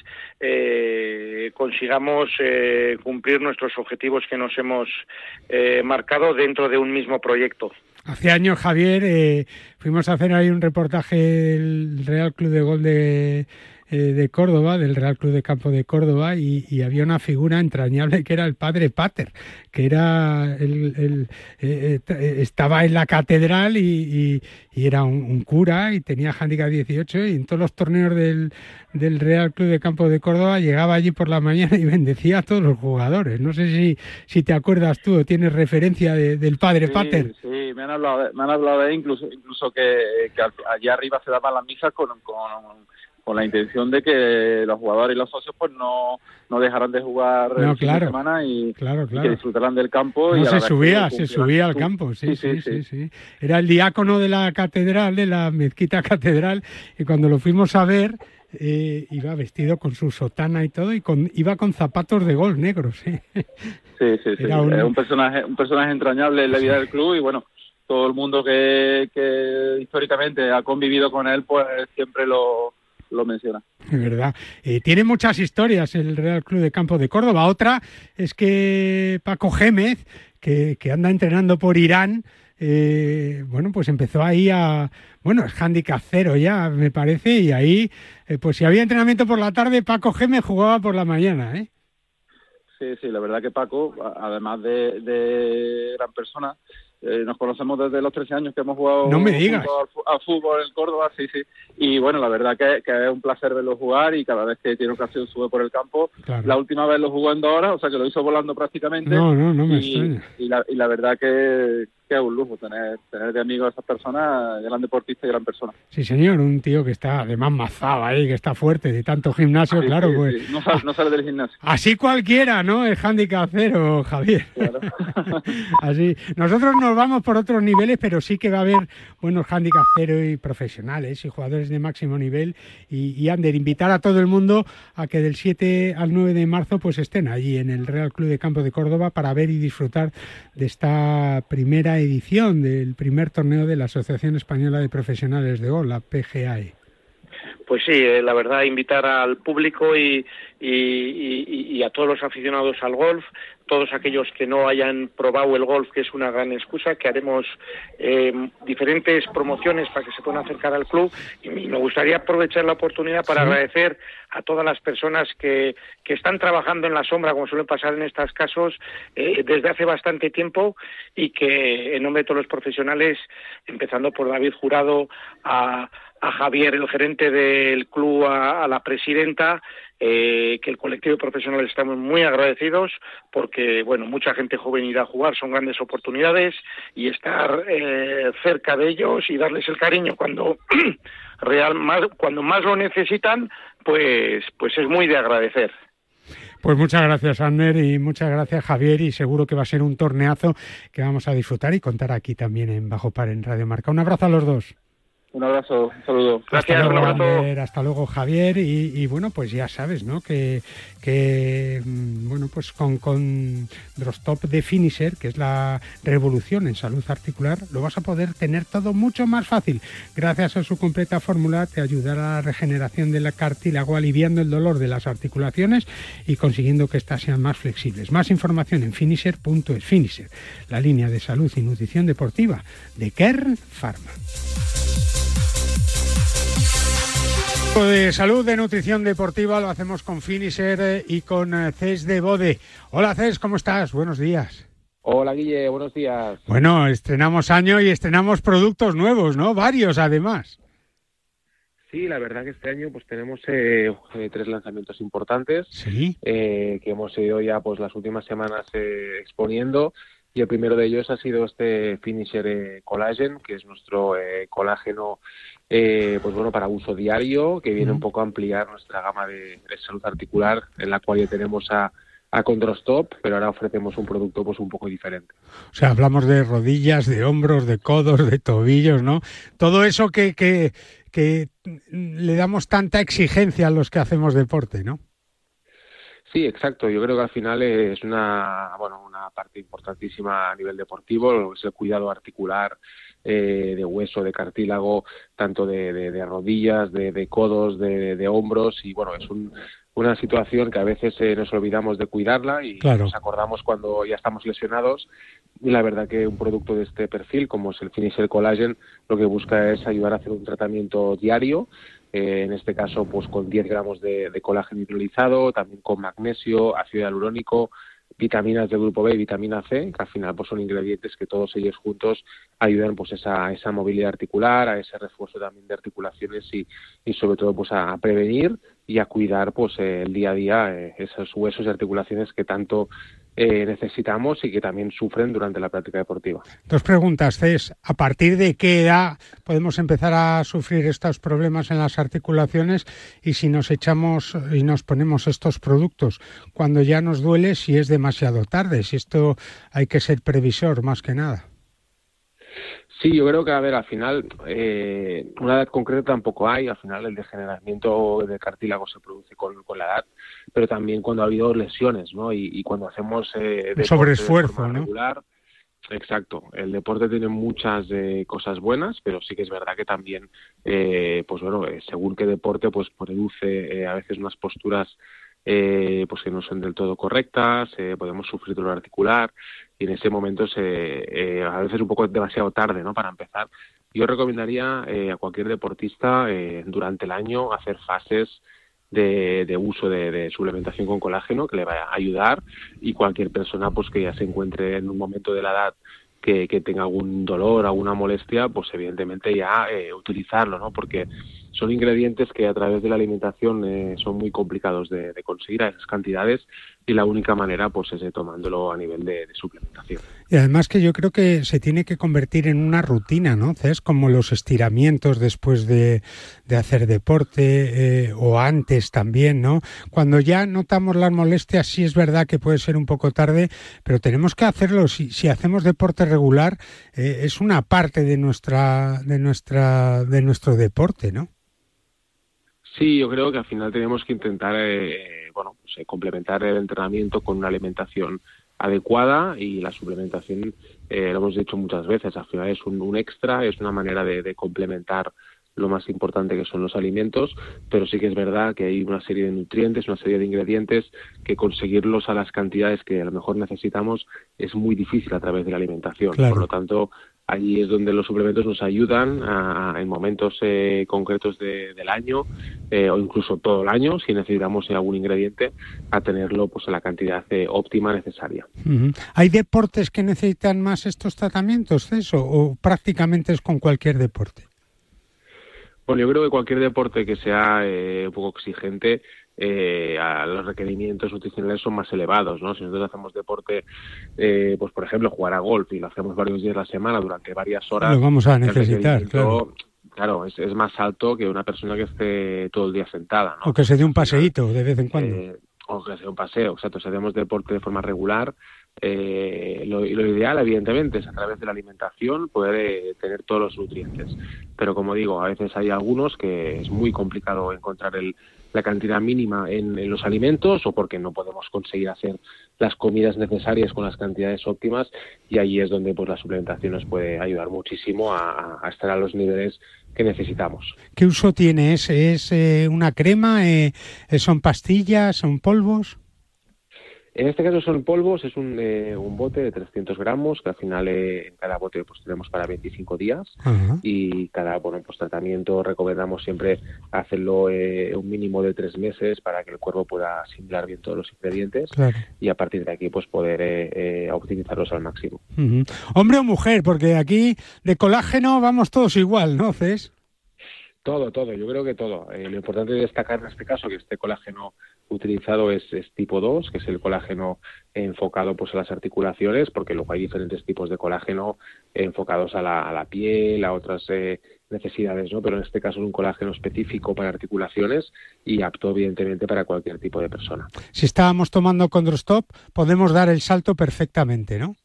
eh, consigamos eh, cumplir nuestros objetivos que nos hemos eh, marcado dentro de un mismo proyecto. Hace años, Javier, eh, fuimos a hacer ahí un reportaje del Real Club de Golf de, eh, de Córdoba, del Real Club de Campo de Córdoba, y, y había una figura entrañable que era el padre Pater, que era el, el eh, eh, estaba en la catedral y, y, y era un, un cura y tenía handicap dieciocho, y en todos los torneos del, del Real Club de Campo de Córdoba llegaba allí por la mañana y bendecía a todos los jugadores. No sé si, si te acuerdas tú o tienes referencia de, del padre sí, Pater. Sí, me han hablado de, me han hablado de incluso incluso que, que allá arriba se daban las misas con, con, con la intención de que los jugadores y los socios pues no, no dejaran de jugar no, el fin claro, de semana y, claro, claro. y que disfrutaran del campo. No, y a se la subía, que se subía al campo, sí sí sí, sí, sí. Era el diácono de la catedral, de la mezquita catedral, y cuando lo fuimos a ver... Eh, iba vestido con su sotana y todo, y con, iba con zapatos de golf negros. ¿eh? Sí, sí, sí. Era un... un personaje un personaje entrañable en la vida del club, y bueno, todo el mundo que, que históricamente ha convivido con él, pues siempre lo, lo menciona. Es verdad. Eh, tiene muchas historias el Real Club de Campo de Córdoba. Otra es que Paco Gémez, que, que anda entrenando por Irán, Eh, bueno, pues empezó ahí a... Bueno, es handicap cero ya, me parece, y ahí, eh, pues si había entrenamiento por la tarde, Paco Gémez jugaba por la mañana, ¿eh? Sí, sí, la verdad que Paco, además de, de gran persona, eh, nos conocemos desde los trece años que hemos jugado no me digas. Al, al fútbol en Córdoba, sí, sí. Y bueno, la verdad que, que es un placer verlo jugar, y cada vez que tiene ocasión sube por el campo. Claro. La última vez lo jugó en dos horas, o sea que lo hizo volando prácticamente. No, no, no me y, extraña. Y la, y la verdad que, que es un lujo tener tener de amigo a esas personas, gran deportista y gran persona. Sí, señor, un tío que está además mazado ahí, que está fuerte, de tanto gimnasio, sí, claro. Sí, pues sí. No, sale, no sale del gimnasio. Así cualquiera, ¿no? Es handicap cero, Javier. Claro. Así. Nosotros nos vamos por otros niveles, pero sí que va a haber buenos handicap cero y profesionales y jugadores de máximo nivel. Y, y Ander, invitar a todo el mundo a que del siete al nueve de marzo pues estén allí en el Real Club de Campo de Córdoba para ver y disfrutar de esta primera edición del primer torneo de la Asociación Española de Profesionales de Golf, la P G A E. Pues sí, eh, la verdad, invitar al público y, y, y, y a todos los aficionados al golf, todos aquellos que no hayan probado el golf, que es una gran excusa, que haremos eh, diferentes promociones para que se puedan acercar al club, y me gustaría aprovechar la oportunidad para sí. agradecer a todas las personas que, que están trabajando en la sombra, como suele pasar en estos casos, eh, desde hace bastante tiempo, y que en nombre de todos los profesionales, empezando por David Jurado, a a Javier, el gerente del club, a, a la presidenta, eh, que el colectivo de profesionales estamos muy agradecidos porque, bueno, mucha gente joven irá a jugar, son grandes oportunidades, y estar eh, cerca de ellos y darles el cariño cuando real más, cuando más lo necesitan, pues, pues es muy de agradecer. Pues muchas gracias, Ander, y muchas gracias, Javier, y seguro que va a ser un torneazo que vamos a disfrutar y contar aquí también en Bajo Par, en Radio Marca. Un abrazo a los dos. Un abrazo, un saludo. Gracias, hasta luego, un abrazo. Ander, hasta luego, Javier. Y, y bueno, pues ya sabes, ¿no? Que, que bueno, pues con, con Drostop de Finisher, que es la revolución en salud articular, lo vas a poder tener todo mucho más fácil. Gracias a su completa fórmula, te ayudará a la regeneración del cartílago, aliviando el dolor de las articulaciones y consiguiendo que éstas sean más flexibles. Más información en finisher punto es. Finisher, la línea de salud y nutrición deportiva de Kern Pharma. De salud, de nutrición deportiva, lo hacemos con Finisher y con Cés de Bode. Hola, Cés, ¿cómo estás? Buenos días. Hola, Guille, buenos días. Bueno, estrenamos año y estrenamos productos nuevos, ¿no? Varios, además. Sí, la verdad que este año pues tenemos eh, eh, tres lanzamientos importantes. Sí. Eh, que hemos ido ya pues las últimas semanas eh, exponiendo. Y el primero de ellos ha sido este Finisher eh, Collagen, que es nuestro eh, colágeno eh, pues bueno, para uso diario, que viene mm. un poco a ampliar nuestra gama de, de salud articular, en la cual ya tenemos a, a Condrostop, pero ahora ofrecemos un producto pues un poco diferente. O sea, hablamos de rodillas, de hombros, de codos, de tobillos, ¿no? Todo eso que, que, que le damos tanta exigencia a los que hacemos deporte, ¿no? Sí, exacto. Yo creo que al final es una bueno una parte importantísima a nivel deportivo, lo que es el cuidado articular, eh, de hueso, de cartílago, tanto de, de, de rodillas, de, de codos, de, de hombros, y bueno, es un, una situación que a veces eh, nos olvidamos de cuidarla y claro. nos acordamos cuando ya estamos lesionados. Y la verdad que un producto de este perfil, como es el Finisher Collagen, lo que busca es ayudar a hacer un tratamiento diario. Eh, en este caso pues con diez gramos de, de colágeno hidrolizado, también con magnesio, ácido hialurónico, vitaminas del grupo B y vitamina C, que al final pues son ingredientes que todos ellos juntos ayudan pues esa esa movilidad articular, a ese refuerzo también de articulaciones y, y sobre todo pues a, a prevenir y a cuidar pues eh, el día a día eh, esos huesos y articulaciones que tanto Eh, necesitamos y que también sufren durante la práctica deportiva. Dos preguntas, Cés. ¿A partir de qué edad podemos empezar a sufrir estos problemas en las articulaciones? Y si nos echamos y nos ponemos estos productos cuando ya nos duele, si es demasiado tarde, si esto hay que ser previsor más que nada. Sí, yo creo que, a ver, al final, eh, una edad concreta tampoco hay. Al final, el degeneramiento del cartílago se produce con, con la edad, pero también cuando ha habido lesiones, ¿no? Y, y cuando hacemos eh, un sobreesfuerzo, ¿no? Regular. Exacto. El deporte tiene muchas eh, cosas buenas, pero sí que es verdad que también, eh, pues bueno, eh, según qué deporte, pues produce eh, a veces unas posturas eh, pues que no son del todo correctas, eh, podemos sufrir dolor articular. Y en ese momento se, eh, a veces un poco demasiado tarde, ¿no? Para empezar. Yo recomendaría eh, a cualquier deportista eh, durante el año hacer fases de, de uso de, de suplementación con colágeno que le va a ayudar, y cualquier persona pues que ya se encuentre en un momento de la edad que, que tenga algún dolor, alguna molestia, pues evidentemente ya eh, utilizarlo, ¿no? Porque son ingredientes que a través de la alimentación eh, son muy complicados de, de conseguir a esas cantidades, y la única manera pues es eh, tomándolo a nivel de, de suplementación. Y además que yo creo que se tiene que convertir en una rutina, ¿no? Es como los estiramientos después de, de hacer deporte eh, o antes también, ¿no? Cuando ya notamos las molestias, sí es verdad que puede ser un poco tarde, pero tenemos que hacerlo. Si, si hacemos deporte regular, eh, es una parte de nuestra, de nuestra, de nuestro deporte, ¿no? Sí, yo creo que al final tenemos que intentar eh, bueno, pues, eh, complementar el entrenamiento con una alimentación adecuada, y la suplementación, eh, lo hemos dicho muchas veces, al final es un, un extra, es una manera de, de complementar lo más importante que son los alimentos, pero sí que es verdad que hay una serie de nutrientes, una serie de ingredientes que conseguirlos a las cantidades que a lo mejor necesitamos es muy difícil a través de la alimentación. Claro. Por lo tanto, allí es donde los suplementos nos ayudan a, a, en momentos eh, concretos de, del año eh, o incluso todo el año, si necesitamos algún ingrediente, a tenerlo pues a la cantidad eh, óptima necesaria. Uh-huh. ¿Hay deportes que necesitan más estos tratamientos, eso, o prácticamente es con cualquier deporte? Bueno, yo creo que cualquier deporte que sea eh, un poco exigente, eh, a los requerimientos nutricionales son más elevados, ¿no? Si nosotros hacemos deporte, eh, pues por ejemplo jugar a golf, y lo hacemos varios días a la semana durante varias horas, lo vamos a necesitar, claro. Claro, es, es más alto que una persona que esté todo el día sentada, ¿no? O que se dé un paseíto de vez en cuando. Eh, o que sea un paseo, exacto. Si hacemos deporte de forma regular, eh, lo, lo ideal, evidentemente, es a través de la alimentación poder eh, tener todos los nutrientes. Pero como digo, a veces hay algunos que es muy complicado encontrar el, la cantidad mínima en, en los alimentos, o porque no podemos conseguir hacer las comidas necesarias con las cantidades óptimas, y ahí es donde pues la suplementación nos puede ayudar muchísimo a, a estar a los niveles que necesitamos. ¿Qué uso tiene? ¿Es, es eh, una crema? Eh, ¿Son pastillas? ¿Son polvos? En este caso son polvos, es un, eh, un bote de trescientos gramos, que al final eh, en cada bote pues tenemos para veinticinco días. Uh-huh. Y cada bueno pues tratamiento recomendamos siempre hacerlo eh, un mínimo de tres meses para que el cuerpo pueda asimilar bien todos los ingredientes. Claro. Y a partir de aquí pues poder eh, eh, optimizarlos al máximo. Uh-huh. ¿Hombre o mujer? Porque aquí de colágeno vamos todos igual, ¿no, Cés? Todo, todo, yo creo que todo. Eh, lo importante de destacar en este caso que este colágeno utilizado es, es tipo dos, que es el colágeno enfocado pues a las articulaciones, porque luego hay diferentes tipos de colágeno enfocados a la, a la piel, a otras eh, necesidades, ¿no? Pero en este caso es un colágeno específico para articulaciones y apto evidentemente para cualquier tipo de persona. Si estábamos tomando Condrostop, podemos dar el salto perfectamente, ¿no?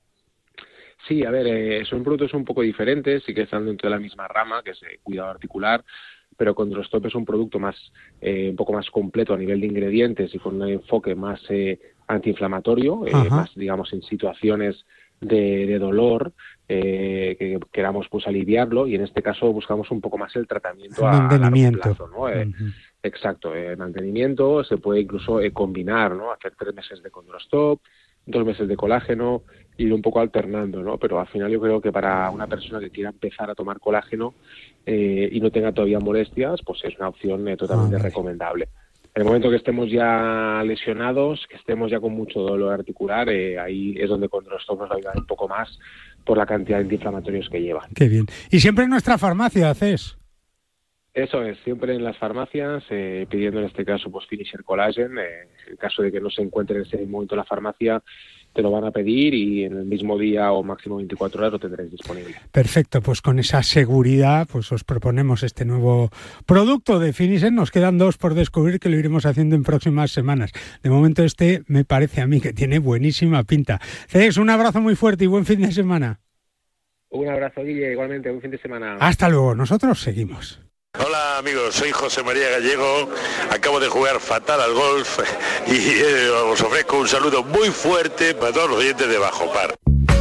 Sí, a ver, eh, son productos un poco diferentes, sí que están dentro de la misma rama, que es eh, cuidado articular, pero Condrostop es un producto más, eh, un poco más completo a nivel de ingredientes y con un enfoque más eh, antiinflamatorio, eh, más, digamos, en situaciones de, de dolor, eh, que queramos pues aliviarlo, y en este caso buscamos un poco más el tratamiento a, a largo plazo, ¿no? Eh, uh-huh. Exacto, eh, mantenimiento, se puede incluso eh, combinar, ¿no? Hacer tres meses de Condrostop, dos meses de colágeno, ir un poco alternando, ¿no? Pero al final yo creo que para una persona que quiera empezar a tomar colágeno eh, y no tenga todavía molestias, pues es una opción eh, totalmente ah, recomendable. En el momento que estemos ya lesionados, que estemos ya con mucho dolor articular, eh, ahí es donde Condrostop nos va a ayudar un poco más por la cantidad de antiinflamatorios que lleva. Qué bien. Y siempre en nuestra farmacia, Cés. Eso es, siempre en las farmacias, eh, pidiendo en este caso pues Finisher Collagen. Eh, en caso de que no se encuentre en ese momento en la farmacia, te lo van a pedir y en el mismo día o máximo veinticuatro horas lo tendréis disponible. Perfecto, pues con esa seguridad pues os proponemos este nuevo producto de Finisher. Nos quedan dos por descubrir que lo iremos haciendo en próximas semanas. De momento este me parece a mí que tiene buenísima pinta. Cés, un abrazo muy fuerte y buen fin de semana. Un abrazo, Guille, igualmente, buen fin de semana. Hasta luego, nosotros seguimos. Hola amigos, soy José María Gallego, acabo de jugar fatal al golf y eh, os ofrezco un saludo muy fuerte para todos los oyentes de Bajo Par.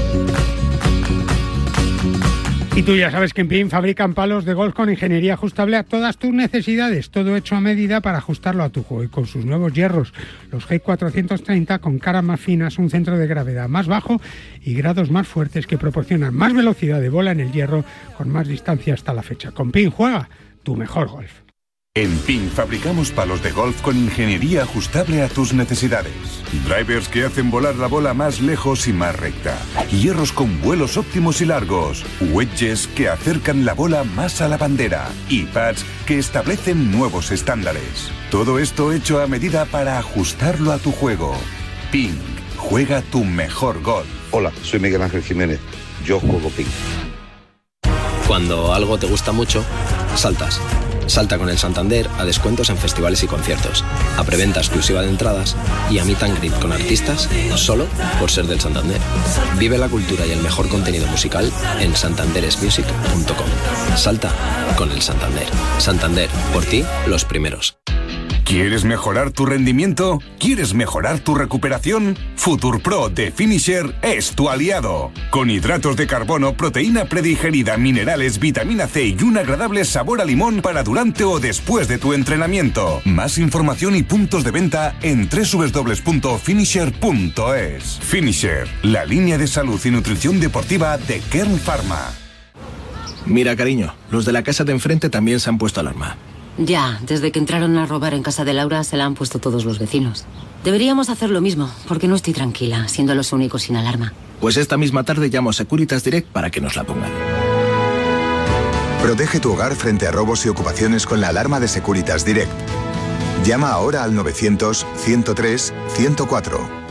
Y tú ya sabes que en Pin fabrican palos de golf con ingeniería ajustable a todas tus necesidades, todo hecho a medida para ajustarlo a tu juego, y con sus nuevos hierros, los G cuatrocientos treinta con caras más finas, un centro de gravedad más bajo y grados más fuertes que proporcionan más velocidad de bola en el hierro con más distancia hasta la fecha. Con Pin juega tu mejor golf. En Ping fabricamos palos de golf con ingeniería ajustable a tus necesidades. Drivers que hacen volar la bola más lejos y más recta. Hierros con vuelos óptimos y largos. Wedges que acercan la bola más a la bandera. Y pads que establecen nuevos estándares. Todo esto hecho a medida para ajustarlo a tu juego. Ping. Juega tu mejor golf. Hola, soy Miguel Ángel Jiménez. Yo juego Ping. Cuando algo te gusta mucho, saltas. Salta con el Santander a descuentos en festivales y conciertos, a preventa exclusiva de entradas y a meet and greet con artistas solo por ser del Santander. Vive la cultura y el mejor contenido musical en santanderes music punto com. Salta con el Santander. Santander, por ti, los primeros. ¿Quieres mejorar tu rendimiento? ¿Quieres mejorar tu recuperación? FuturPro de Finisher es tu aliado. Con hidratos de carbono, proteína predigerida, minerales, vitamina C y un agradable sabor a limón para durante o después de tu entrenamiento. Más información y puntos de venta en doble u doble u doble u punto finisher punto es. Finisher, la línea de salud y nutrición deportiva de Kern Pharma. Mira, cariño, los de la casa de enfrente también se han puesto alarma. Ya, desde que entraron a robar en casa de Laura se la han puesto todos los vecinos. Deberíamos hacer lo mismo, porque no estoy tranquila, siendo los únicos sin alarma. Pues esta misma tarde llamo a Securitas Direct para que nos la pongan. Protege tu hogar frente a robos y ocupaciones con la alarma de Securitas Direct. Llama ahora al novecientos, ciento tres, ciento cuatro.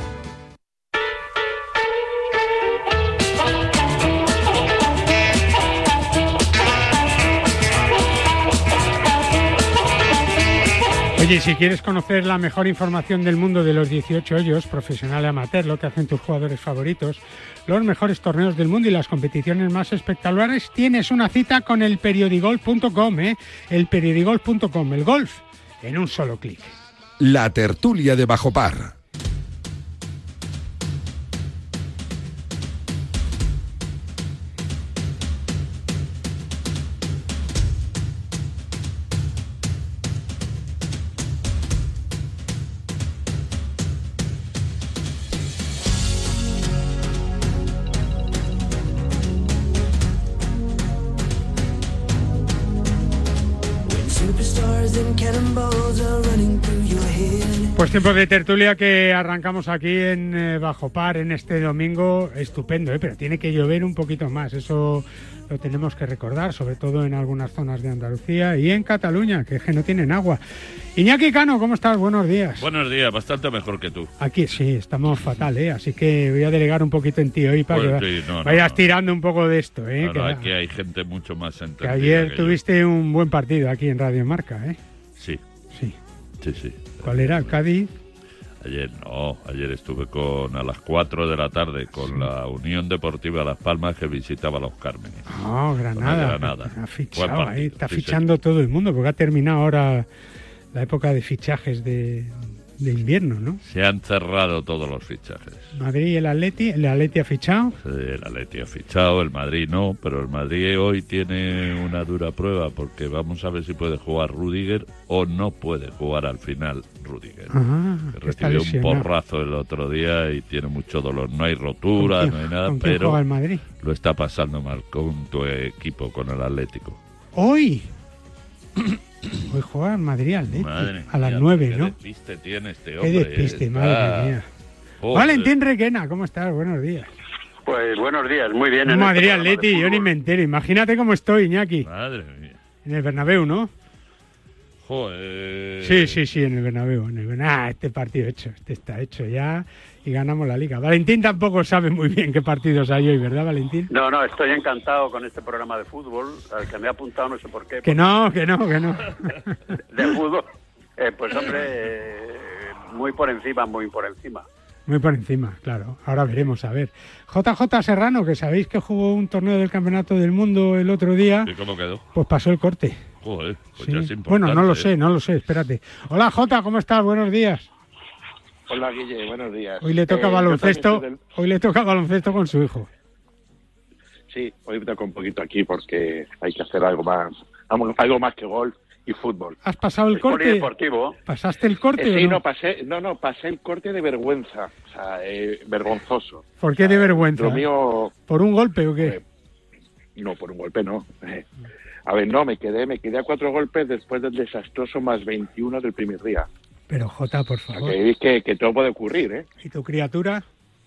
Oye, si quieres conocer la mejor información del mundo de los dieciocho hoyos, profesional y amateur, lo que hacen tus jugadores favoritos, los mejores torneos del mundo y las competiciones más espectaculares, tienes una cita con el periodigolf punto com, ¿eh? el periodigolf punto com, el golf en un solo clic. La tertulia de Bajo Par. Pues tiempo de tertulia que arrancamos aquí en eh, Bajo Par en este domingo estupendo, ¿eh? Pero tiene que llover un poquito más, eso lo tenemos que recordar, sobre todo en algunas zonas de Andalucía y en Cataluña, que, es que no tienen agua. Iñaki Cano, ¿cómo estás? Buenos días. Buenos días, bastante mejor que tú. Aquí sí, estamos fatal, ¿eh? Así que voy a delegar un poquito en ti hoy para pues, que sí, no, vayas no, tirando un poco de esto, ¿eh? No, que, no, aquí hay gente mucho más entendida. Que ayer que tuviste yo. un buen partido aquí en Radio Marca, ¿eh? Sí. Sí. Sí, sí. ¿Cuál era? ¿El Cádiz? Ayer no, ayer estuve con a las cuatro de la tarde con sí. la Unión Deportiva Las Palmas que visitaba Los Cármenes. Oh, Granada. Granada. Ha fichado ahí, está sí, fichando sí. todo el mundo porque ha terminado ahora la época de fichajes de, de invierno, ¿no? Se han cerrado todos los fichajes. Madrid y el Atleti, ¿el Atleti ha fichado? Sí, el Atleti ha fichado, el Madrid no, pero el Madrid hoy tiene una dura prueba porque vamos a ver si puede jugar Rüdiger o no puede jugar al final Rüdiger. Ajá, recibió un porrazo el otro día y tiene mucho dolor. No hay rotura, no hay nada, ¿con quién pero juega el Madrid? Lo está pasando mal con tu equipo, con el Atlético. ¡Hoy! Hoy juega el Madrid Atlético a las nueve, ¿no? Qué despiste tiene este hombre. Qué despiste, está... madre mía. Joder. Valentín Requena, ¿cómo estás? Buenos días. Pues buenos días, muy bien. En Madrid este Atleti, yo ni me entero. Imagínate cómo estoy, Iñaki. Madre mía. En el Bernabéu, ¿no? Joder. Sí, sí, sí, en el Bernabéu. En el Bernabéu. Ah, este partido hecho, este está hecho ya y ganamos la Liga. Valentín tampoco sabe muy bien qué partidos hay hoy, ¿verdad, Valentín? No, no, estoy encantado con este programa de fútbol, al que me ha apuntado no sé por qué. Que no, que no, que no. De fútbol, eh, pues hombre, eh, muy por encima, muy por encima. Muy por encima, claro. Ahora veremos, a ver. J J Serrano, que sabéis que jugó un torneo del Campeonato del Mundo el otro día. ¿Y cómo quedó? Pues pasó el corte. Joder, pues sí. ya es importante. Bueno, no lo sé, no lo sé, espérate. Hola, Jota, ¿cómo estás? Buenos días. Hola, Guille, buenos días. Hoy le toca eh, baloncesto, del... hoy le toca baloncesto con su hijo. Sí, hoy me toca un poquito aquí porque hay que hacer algo más, algo más que golf y fútbol. ¿Has pasado el, el corte? Deportivo. ¿Pasaste el corte? Eh, sí, o no? no pasé, no, no, pasé el corte de vergüenza, o sea, eh, vergonzoso. ¿Por qué de vergüenza? Lo mío, ¿Por un golpe o qué? Eh, no, por un golpe no. Eh, A ver, no, me quedé, me quedé a cuatro golpes después del desastroso más veintiuno del primer día. Pero Jota, por favor. Que veis que, que todo puede ocurrir, ¿eh? ¿Y tu criatura?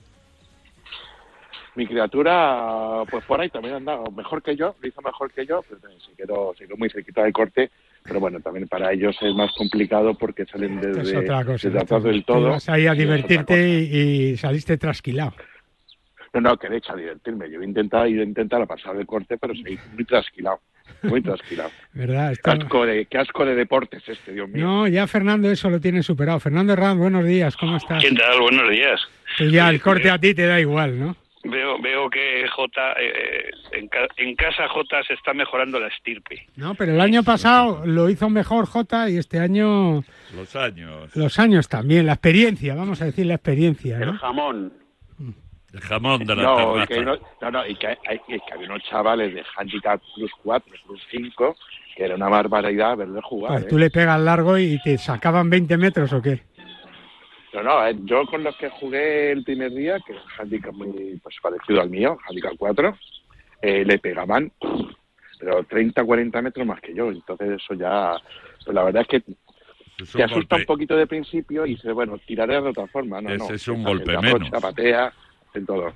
Mi criatura, pues por ahí también ha andado mejor que yo, lo hizo mejor que yo, pero se quedó, se quedó muy cerquita del corte, pero bueno, también para ellos es más complicado porque salen desde, es otra cosa, desde atrás del todo. Te vas ahí a divertirte y, y saliste trasquilado. No, no, que de hecho a divertirme. Yo he intentado ir a intentar a pasar el corte, pero seguí muy trasquilado, muy trasquilado. ¿Verdad? Esto... Qué asco de, qué asco de deportes este, Dios mío. No, ya Fernando eso lo tiene superado. Fernando Herranz, buenos días, ¿cómo estás? ¿Qué tal? Buenos días. Tú ya el corte a ti te da igual, ¿no? Veo veo que Jota, eh, en, ca en casa Jota se está mejorando la estirpe. No, pero el año pasado lo hizo mejor Jota y este año... Los años. Los años también, la experiencia, vamos a decir la experiencia, ¿no? El jamón. El jamón de la no, terraza. que no, no, no, y que, hay, y que había unos chavales de handicap plus cuatro, plus cinco, que era una barbaridad verles jugar. Pues ¿eh? tú le pegas largo y te sacaban veinte metros, ¿o qué? No, no, eh, yo con los que jugué el primer día, que es un handicap muy pues, parecido al mío, handicap cuatro, eh, le pegaban pero treinta, cuarenta metros más que yo. Entonces eso ya, pues la verdad es que es te asusta golpe. Un poquito de principio y dices, bueno, tiraré de otra forma. No, Ese no, es un esa golpe menos. menos. Aprocha, patea, en todo.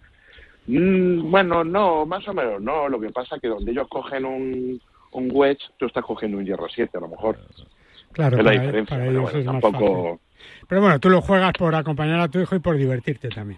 Mm, bueno, no, más o menos no. Lo que pasa es que donde ellos cogen un, un wedge, tú estás cogiendo un hierro siete a lo mejor. Claro, es la para, diferencia. para Pero ellos bueno, es tampoco... más fácil. Pero bueno, tú lo juegas por acompañar a tu hijo y por divertirte también.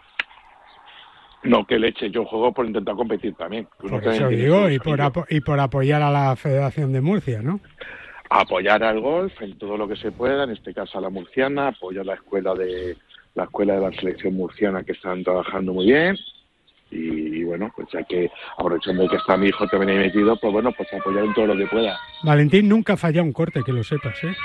No, que leche, yo juego por intentar competir también. Por eso digo, y por, apo y por apoyar a la Federación de Murcia, ¿no? Apoyar al golf en todo lo que se pueda, en este caso a la murciana, apoyar la escuela de la escuela de la selección murciana que están trabajando muy bien. Y, y bueno, pues ya que aprovechando que está mi hijo también ahí metido, pues bueno, pues apoyar en todo lo que pueda. Valentín nunca falla un corte, que lo sepas, ¿eh?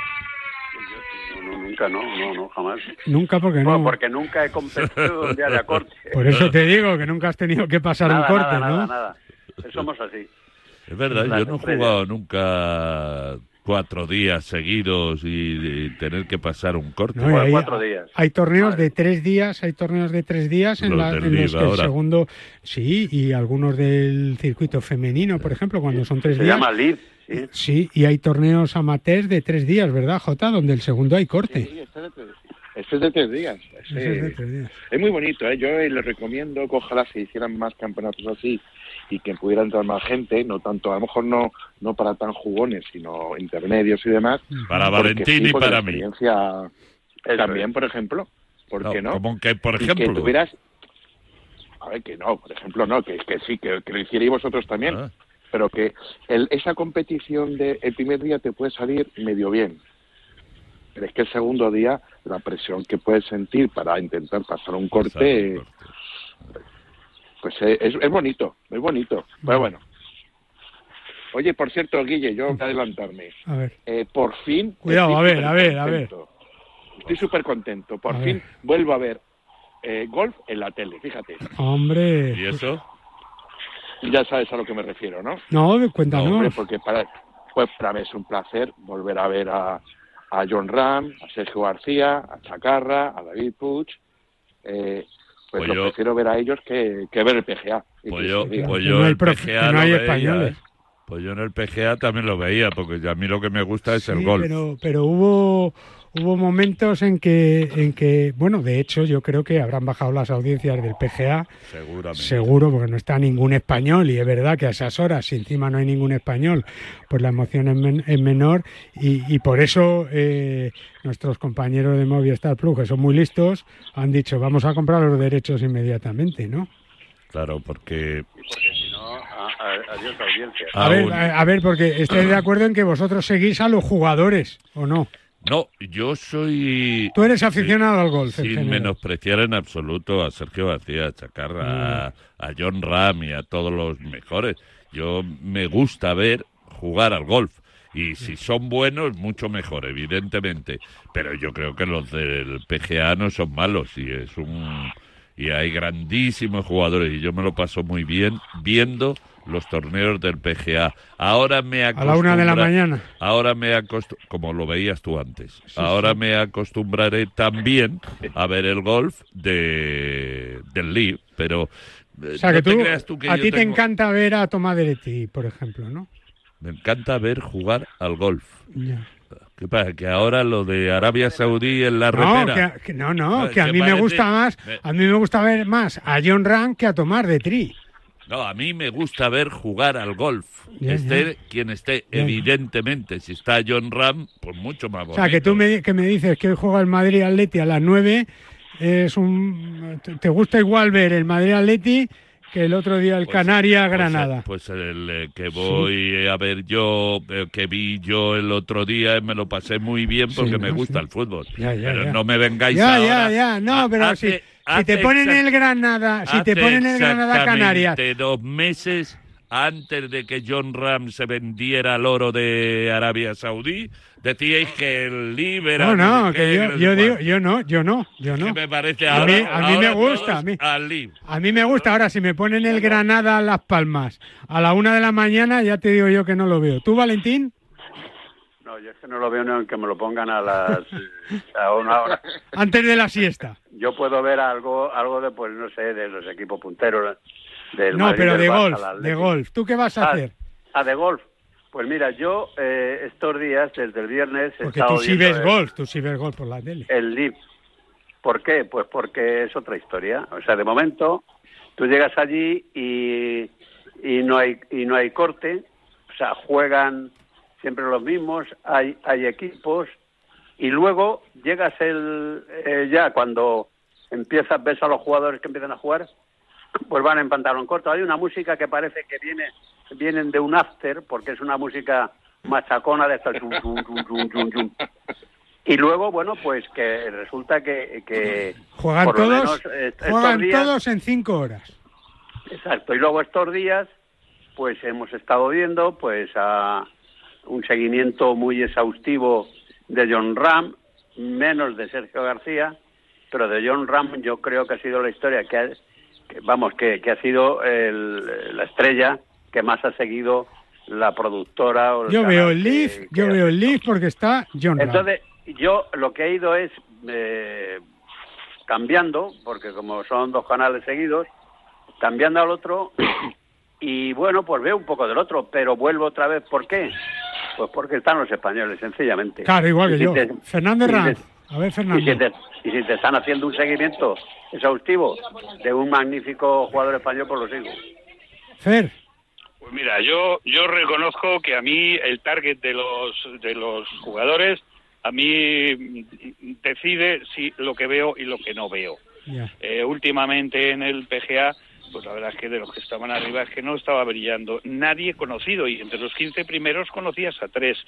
Nunca, no, no, no, jamás. Nunca, porque bueno, no. porque nunca he competido un día de corte. Por eso te digo que nunca has tenido que pasar nada, un corte, nada, ¿no? Nada, nada, somos así. Es verdad, yo no he jugado nunca cuatro días seguidos y, y tener que pasar un corte. No, hay, cuatro días. Hay torneos vale. de tres días, hay torneos de tres días en, la, en los que ahora. el segundo, sí, y algunos del circuito femenino, por ejemplo, cuando son tres Se días. Se llama Lead. Sí. sí, y hay torneos amateurs de tres días, ¿verdad, Jota? Donde el segundo hay corte. Sí, sí, este, es de tres, este es de tres días. Este, este es de tres días. Es muy bonito, ¿eh? Yo les recomiendo que ojalá se hicieran más campeonatos así y que pudiera entrar más gente, no tanto, a lo mejor no no para tan jugones, sino intermedios y demás. Para Valentín sí, y para mí. Experiencia también, por ejemplo. ¿Por no, qué no? ¿Cómo que, por ejemplo? Y que tuvieras... A ver, que no, por ejemplo, no, que, que sí, que, que lo hicierais vosotros también. Ah. Pero que el, esa competición de el primer día te puede salir medio bien. Pero es que el segundo día, la presión que puedes sentir para intentar pasar un corte, pues es, es bonito, es bonito. Pero bueno. Oye, por cierto, Guille, yo voy a adelantarme. A ver. Eh, por fin... Cuidado, a ver, a ver, a ver. Estoy súper contento. Por a fin ver. vuelvo a ver eh, golf en la tele, fíjate. Hombre. ¿Y eso? Ya sabes a lo que me refiero, ¿no? No, cuéntanos. No, hombre, porque para, pues para mí es un placer volver a ver a, a Jon Rahm, a Sergio García, a Chacarra, a David Puig. Eh, pues, pues lo yo, prefiero ver a ellos que, que ver el P G A. Pues yo, pues yo no el P G A no hay lo españoles. Veía, ¿eh? Pues yo en el P G A también lo veía, porque a mí lo que me gusta es sí, el golf. Pero, pero hubo hubo momentos en que, en que, bueno, de hecho yo creo que habrán bajado las audiencias del P G A. Seguramente. Seguro, porque no está ningún español y es verdad que a esas horas, si encima no hay ningún español, pues la emoción es, men es menor y, y por eso eh, nuestros compañeros de Movistar Plus, que son muy listos, han dicho vamos a comprar los derechos inmediatamente, ¿no? Claro, porque... Porque si no, a, a, adiós audiencia. A ver, a, a ver, porque estáis de acuerdo en que vosotros seguís a los jugadores, ¿o no? No, yo soy... Tú eres aficionado sí, al golf. Sin menospreciar en absoluto a Sergio García, a Chacarra, mm. a, a Jon Rahm y a todos los mejores. Yo me gusta ver jugar al golf. Y si son buenos, mucho mejor, evidentemente. Pero yo creo que los del P G A no son malos y es un... Y hay grandísimos jugadores y yo me lo paso muy bien viendo los torneos del P G A. Ahora me a la una de la mañana. Ahora me acostumbro, como lo veías tú antes. Sí, ahora sí. me acostumbraré también a ver el golf de del L I V, pero o sea, no que te tú, creas tú que a yo ti te tengo... encanta ver a Tomaderetti, por ejemplo, ¿no? Me encanta ver jugar al golf. Ya. ¿Qué pasa? Que ahora lo de Arabia Saudí en la No, repera... que, que no, no, que a ¿Qué mí me parece? gusta más, Me- a mí me gusta ver más a John Ram que a Tomás de Tri. No, a mí me gusta ver jugar al golf. Ya, esté ya. quien esté, Ya, ya. evidentemente. Si está John Ram, pues mucho más O bonito. sea, que tú me, que me dices que hoy juega el Madrid Atleti a las nueve, es un, te- te gusta igual ver el Madrid Atleti que el otro día el Pues- Canaria pues, Granada. eh, Pues, el eh, que voy a ver yo, eh, que vi yo el otro día, me lo pasé muy bien porque Sí, me ¿no? gusta Sí. el fútbol. Ya, ya, pero ya. no me vengáis Ya, ahora. ya, ya, no, pero Hace- si, si hace te ponen exact- el Granada, si te hace ponen el Granada Canarias, exactamente dos meses antes de que John Ram se vendiera al oro de Arabia Saudí, decíais que el Liv era... no, no, sé que qué, yo, no sé yo cuál. digo, yo no, yo no, yo no. Que me parece a ahora, mí, a mí me ahora gusta, todos a mí, al Liv. a mí me gusta. Ahora, si me ponen el Granada a Las Palmas a la una de la mañana, ya te digo yo que no lo veo. ¿Tú, Valentín? No, yo es que no lo veo ni aunque me lo pongan a las a una hora. Antes de la siesta. Yo puedo ver algo algo de, pues no sé, de los equipos punteros del No, Madrid, pero del de Barça, golf, del de Atlético. golf. ¿Tú qué vas a Ah, hacer? Ah, de golf. Pues mira, yo eh, estos días, desde el viernes, he Porque estado tú sí viendo ves el- golf, tú sí ves golf por la tele. el Liv. ¿Por qué? Pues porque es otra historia. O sea, de momento, tú llegas allí y, y no hay y no hay corte. O sea, juegan siempre los mismos, hay hay equipos y luego llegas el eh, ya cuando empiezas, ves a los jugadores que empiezan a jugar, pues van en pantalón corto. Hay una música que parece que viene vienen de un after, porque es una música machacona de esta zum, zum, zum, zum, zum, zum. Y luego, bueno, pues que resulta que, que Juegan por lo todos, menos, eh, estos juegan días- todos en cinco horas. Exacto, y luego estos días, pues hemos estado viendo pues a un seguimiento muy exhaustivo de John Ram, menos de Sergio García, pero de John Ram yo creo que ha sido la historia que, ha, que vamos, que, que ha sido el- la estrella que más ha seguido la productora. O el Yo canal veo el que- Leaf, que yo hace. veo el Leaf porque está John Ram. Entonces, yo lo que he ido es eh, cambiando, porque como son dos canales seguidos, cambiando al otro y bueno, pues veo un poco del otro, pero vuelvo otra vez. ¿Por qué? Pues porque están los españoles, sencillamente. Claro, igual que Y si yo. te- Fernando y si Herranz. te- A ver, Y Fernando. si, te, y si te están haciendo un seguimiento exhaustivo de un magnífico jugador español, pues lo sigo. Fer. Pues mira, yo yo reconozco que a mí el target de los de los jugadores a mí decide si lo que veo y lo que no veo. Ya. Eh, últimamente en el P G A, pues la verdad es que de los que estaban arriba es que no estaba brillando nadie conocido, y entre los quince primeros conocías a tres.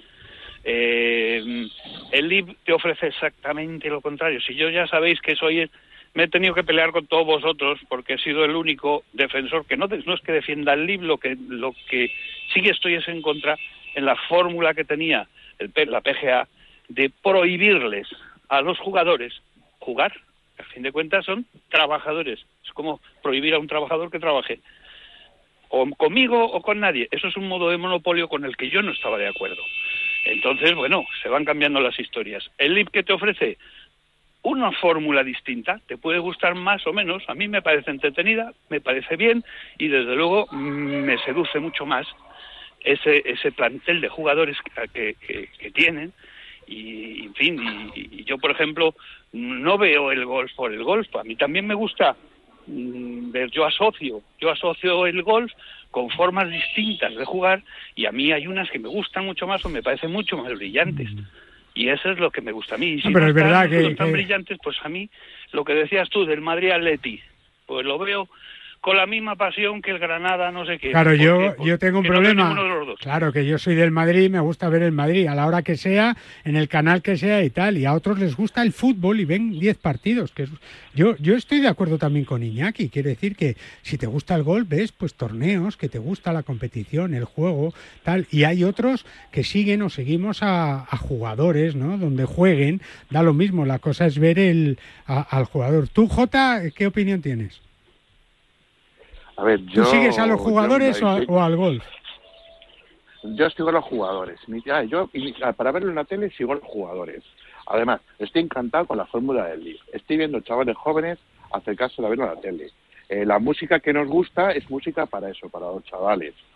Eh, el Liv te ofrece exactamente lo contrario. Si yo ya sabéis que soy el, me he tenido que pelear con todos vosotros porque he sido el único defensor que no, no es que defienda el Liv, lo que lo que sí que estoy es en contra en la fórmula que tenía el, la P G A de prohibirles a los jugadores jugar. A fin de cuentas son trabajadores. Es como prohibir a un trabajador que trabaje o conmigo o con nadie. Eso es un modo de monopolio con el que yo no estaba de acuerdo. Entonces, bueno, se van cambiando las historias. El Liv que te ofrece una fórmula distinta, te puede gustar más o menos, a mí me parece entretenida, me parece bien y desde luego me seduce mucho más ese ese plantel de jugadores que, que, que tienen y, en fin, y, y yo, por ejemplo, no veo el golf por el golf. A mí también me gusta mm, ver, yo asocio, yo asocio el golf con formas distintas de jugar y a mí hay unas que me gustan mucho más o me parecen mucho más brillantes. Y eso es lo que me gusta a mí. Y si No, pero no es están, verdad no que- son tan que- brillantes, pues a mí, lo que decías tú del Madrid Atleti, pues lo veo con la misma pasión que el Granada, no sé qué. Claro, ¿Por yo, qué? Por- yo tengo un que no veo problema. ninguno de los dos. Claro, que yo soy del Madrid y me gusta ver el Madrid a la hora que sea, en el canal que sea y tal. Y a otros les gusta el fútbol y ven diez partidos. Que es- yo, yo estoy de acuerdo también con Iñaki. Quiere decir que si te gusta el gol, ves pues torneos, que te gusta la competición, el juego, tal. Y hay otros que siguen o seguimos a, a jugadores, ¿no? Donde jueguen, da lo mismo. La cosa es ver el, a- al jugador. Tú, Jota, ¿qué opinión tienes? A ver, yo... ¿Tú sigues a los jugadores yo, o, a- o al golf? Yo sigo a los jugadores. Mi- ah, yo, y- ah, para verlo en la tele, sigo a los jugadores. Además, estoy encantado con la fórmula del Liv. Estoy viendo chavales jóvenes acercarse a verlo en la tele. Eh, la música que nos gusta es música para eso, para los chavales.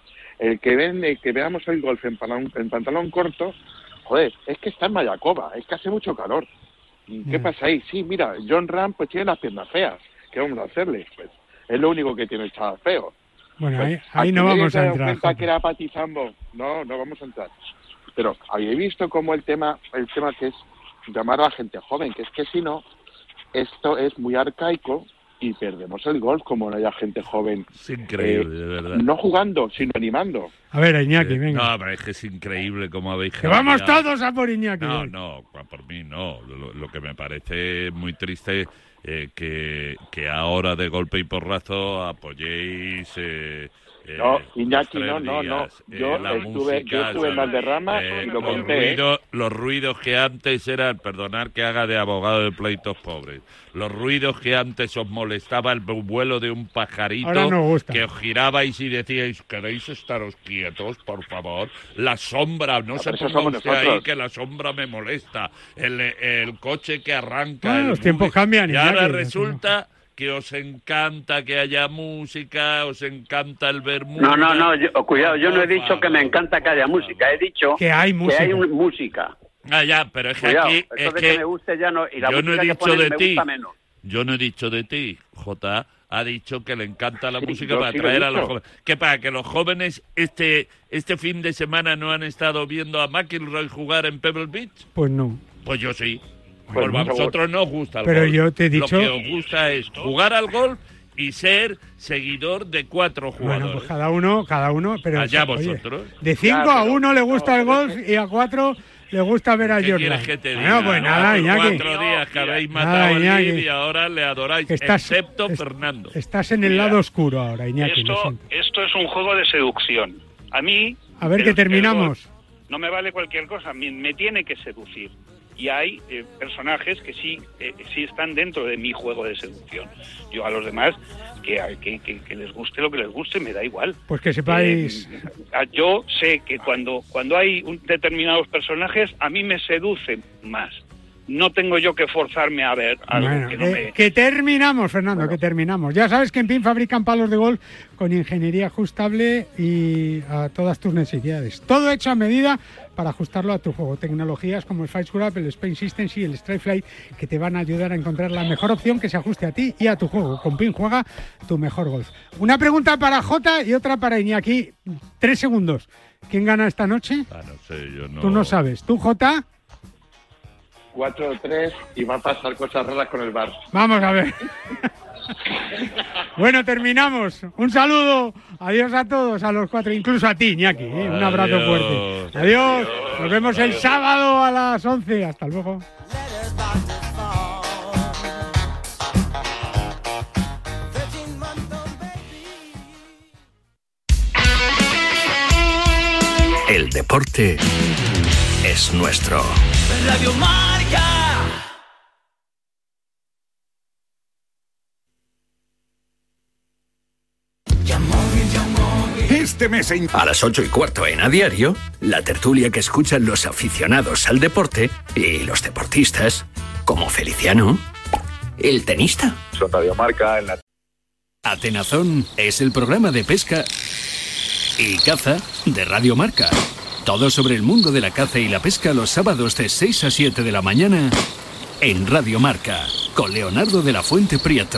el que ven, el que veamos el golf en pantalón, en pantalón corto, joder, es que está en Mayacoba, es que hace mucho calor. ¿Qué mm. pasa ahí? Sí, mira, Jon Rahm pues tiene las piernas feas. ¿Qué vamos a hacerle? Pues es lo único que tiene el chaval feo. Bueno, pues, ahí, ahí no vamos a entrar. Cuenta que era Patizambo. No, no vamos a entrar. Pero habéis visto cómo el tema, el tema que es llamar a la gente joven, que es que si no, esto es muy arcaico y perdemos el golf como no haya gente joven. Es increíble, eh, de verdad. No jugando, sino animando. A ver, Iñaki, eh, venga. No, pero es que es increíble cómo habéis... ¡Que vamos todos a por Iñaki! No, no, por mí no. Lo, lo que me parece muy triste eh, que, que ahora de golpe y porrazo apoyéis... Eh, Eh, no, Iñaki, no, no, no. Yo, eh, estuve, música, yo estuve en Valderrama eh, y lo los conté. Ruidos, los ruidos que antes eran, perdonad que haga de abogado de pleitos pobres, los ruidos que antes os molestaba el vuelo de un pajarito que os girabais y decíais, ¿queréis estaros quietos, por favor? La sombra, no, no se ponga usted ahí que la sombra me molesta. El, el coche que arranca. Bueno, el los tiempos bus, cambian. Y Iñaki, ahora no resulta... que os encanta que haya música, os encanta el ver música. No, no, no, yo, cuidado, yo no he dicho que me encanta que haya música, he dicho que hay música. Que hay un, música. Ah, ya, pero es que cuidado, aquí... Eso es de que, que me guste ya no, y la yo no he música dicho que ponen de me ti, gusta menos. Yo no he dicho de ti, Jota, ha dicho que le encanta la sí, música para sí atraer a los jóvenes. ¿Qué pasa? ¿Que los jóvenes este este fin de semana no han estado viendo a McIlroy jugar en Pebble Beach? Pues no. Pues yo sí. Pues Pues a vosotros no os gusta el Pero golf. yo te he dicho... Lo que os gusta es jugar al golf y ser seguidor de cuatro jugadores. Bueno, pues cada uno, cada uno, pero... Allá oye, vosotros. de cinco ya, a uno le gusta no, el golf y a cuatro le gusta ver a ¿Qué Jordan. quieres que te diga? Bueno, pues nada, Iñaki. Cuatro días que habéis Nada, matado al Iñaki. Lib y ahora le adoráis, Estás- excepto es- Fernando. Estás en el Mira, lado oscuro ahora, Iñaki. lo Esto, siento. esto es un juego de seducción. A mí... A ver el- que terminamos. el golf no me vale cualquier cosa, me, me tiene que seducir. Y hay eh, personajes que sí eh, sí están dentro de mi juego de seducción. Yo a los demás, que, que, que, que les guste lo que les guste, me da igual. Pues que sepáis... Eh, yo sé que cuando, cuando hay un, determinados personajes, a mí me seducen más. No tengo yo que forzarme a ver algo Bueno, que no que, me... que terminamos, Fernando, Bueno. que terminamos. Ya sabes que en PIN fabrican palos de golf con ingeniería ajustable y a todas tus necesidades. Todo hecho a medida para ajustarlo a tu juego. Tecnologías como el Fight Grab, el Spain Systems y el Strike Flight que te van a ayudar a encontrar la mejor opción que se ajuste a ti y a tu juego. Con PIN juega tu mejor golf. Una pregunta para Jota y otra para Iñaki. Tres segundos. ¿Quién gana esta noche? Ah, no sé, yo no... Tú no sabes. ¿Tú, Jota? cuatro tres y va a pasar cosas raras con el bar. Vamos a ver. Bueno, terminamos. Un saludo. Adiós a todos, a los cuatro, incluso a ti, Iñaki. ¿eh? Un abrazo Adiós. fuerte. Adiós. Nos vemos el sábado a las once. Hasta luego. El deporte es nuestro. Radio Marca. Este mes en... a las ocho y cuarto en A Diario, la tertulia que escuchan los aficionados al deporte y los deportistas, como Feliciano, el tenista. Son Radio Marca en la... Atenazón es el programa de pesca y caza de Radio Marca. Todo sobre el mundo de la caza y la pesca los sábados de seis a siete de la mañana en Radio Marca, con Leonardo de la Fuente Prieto.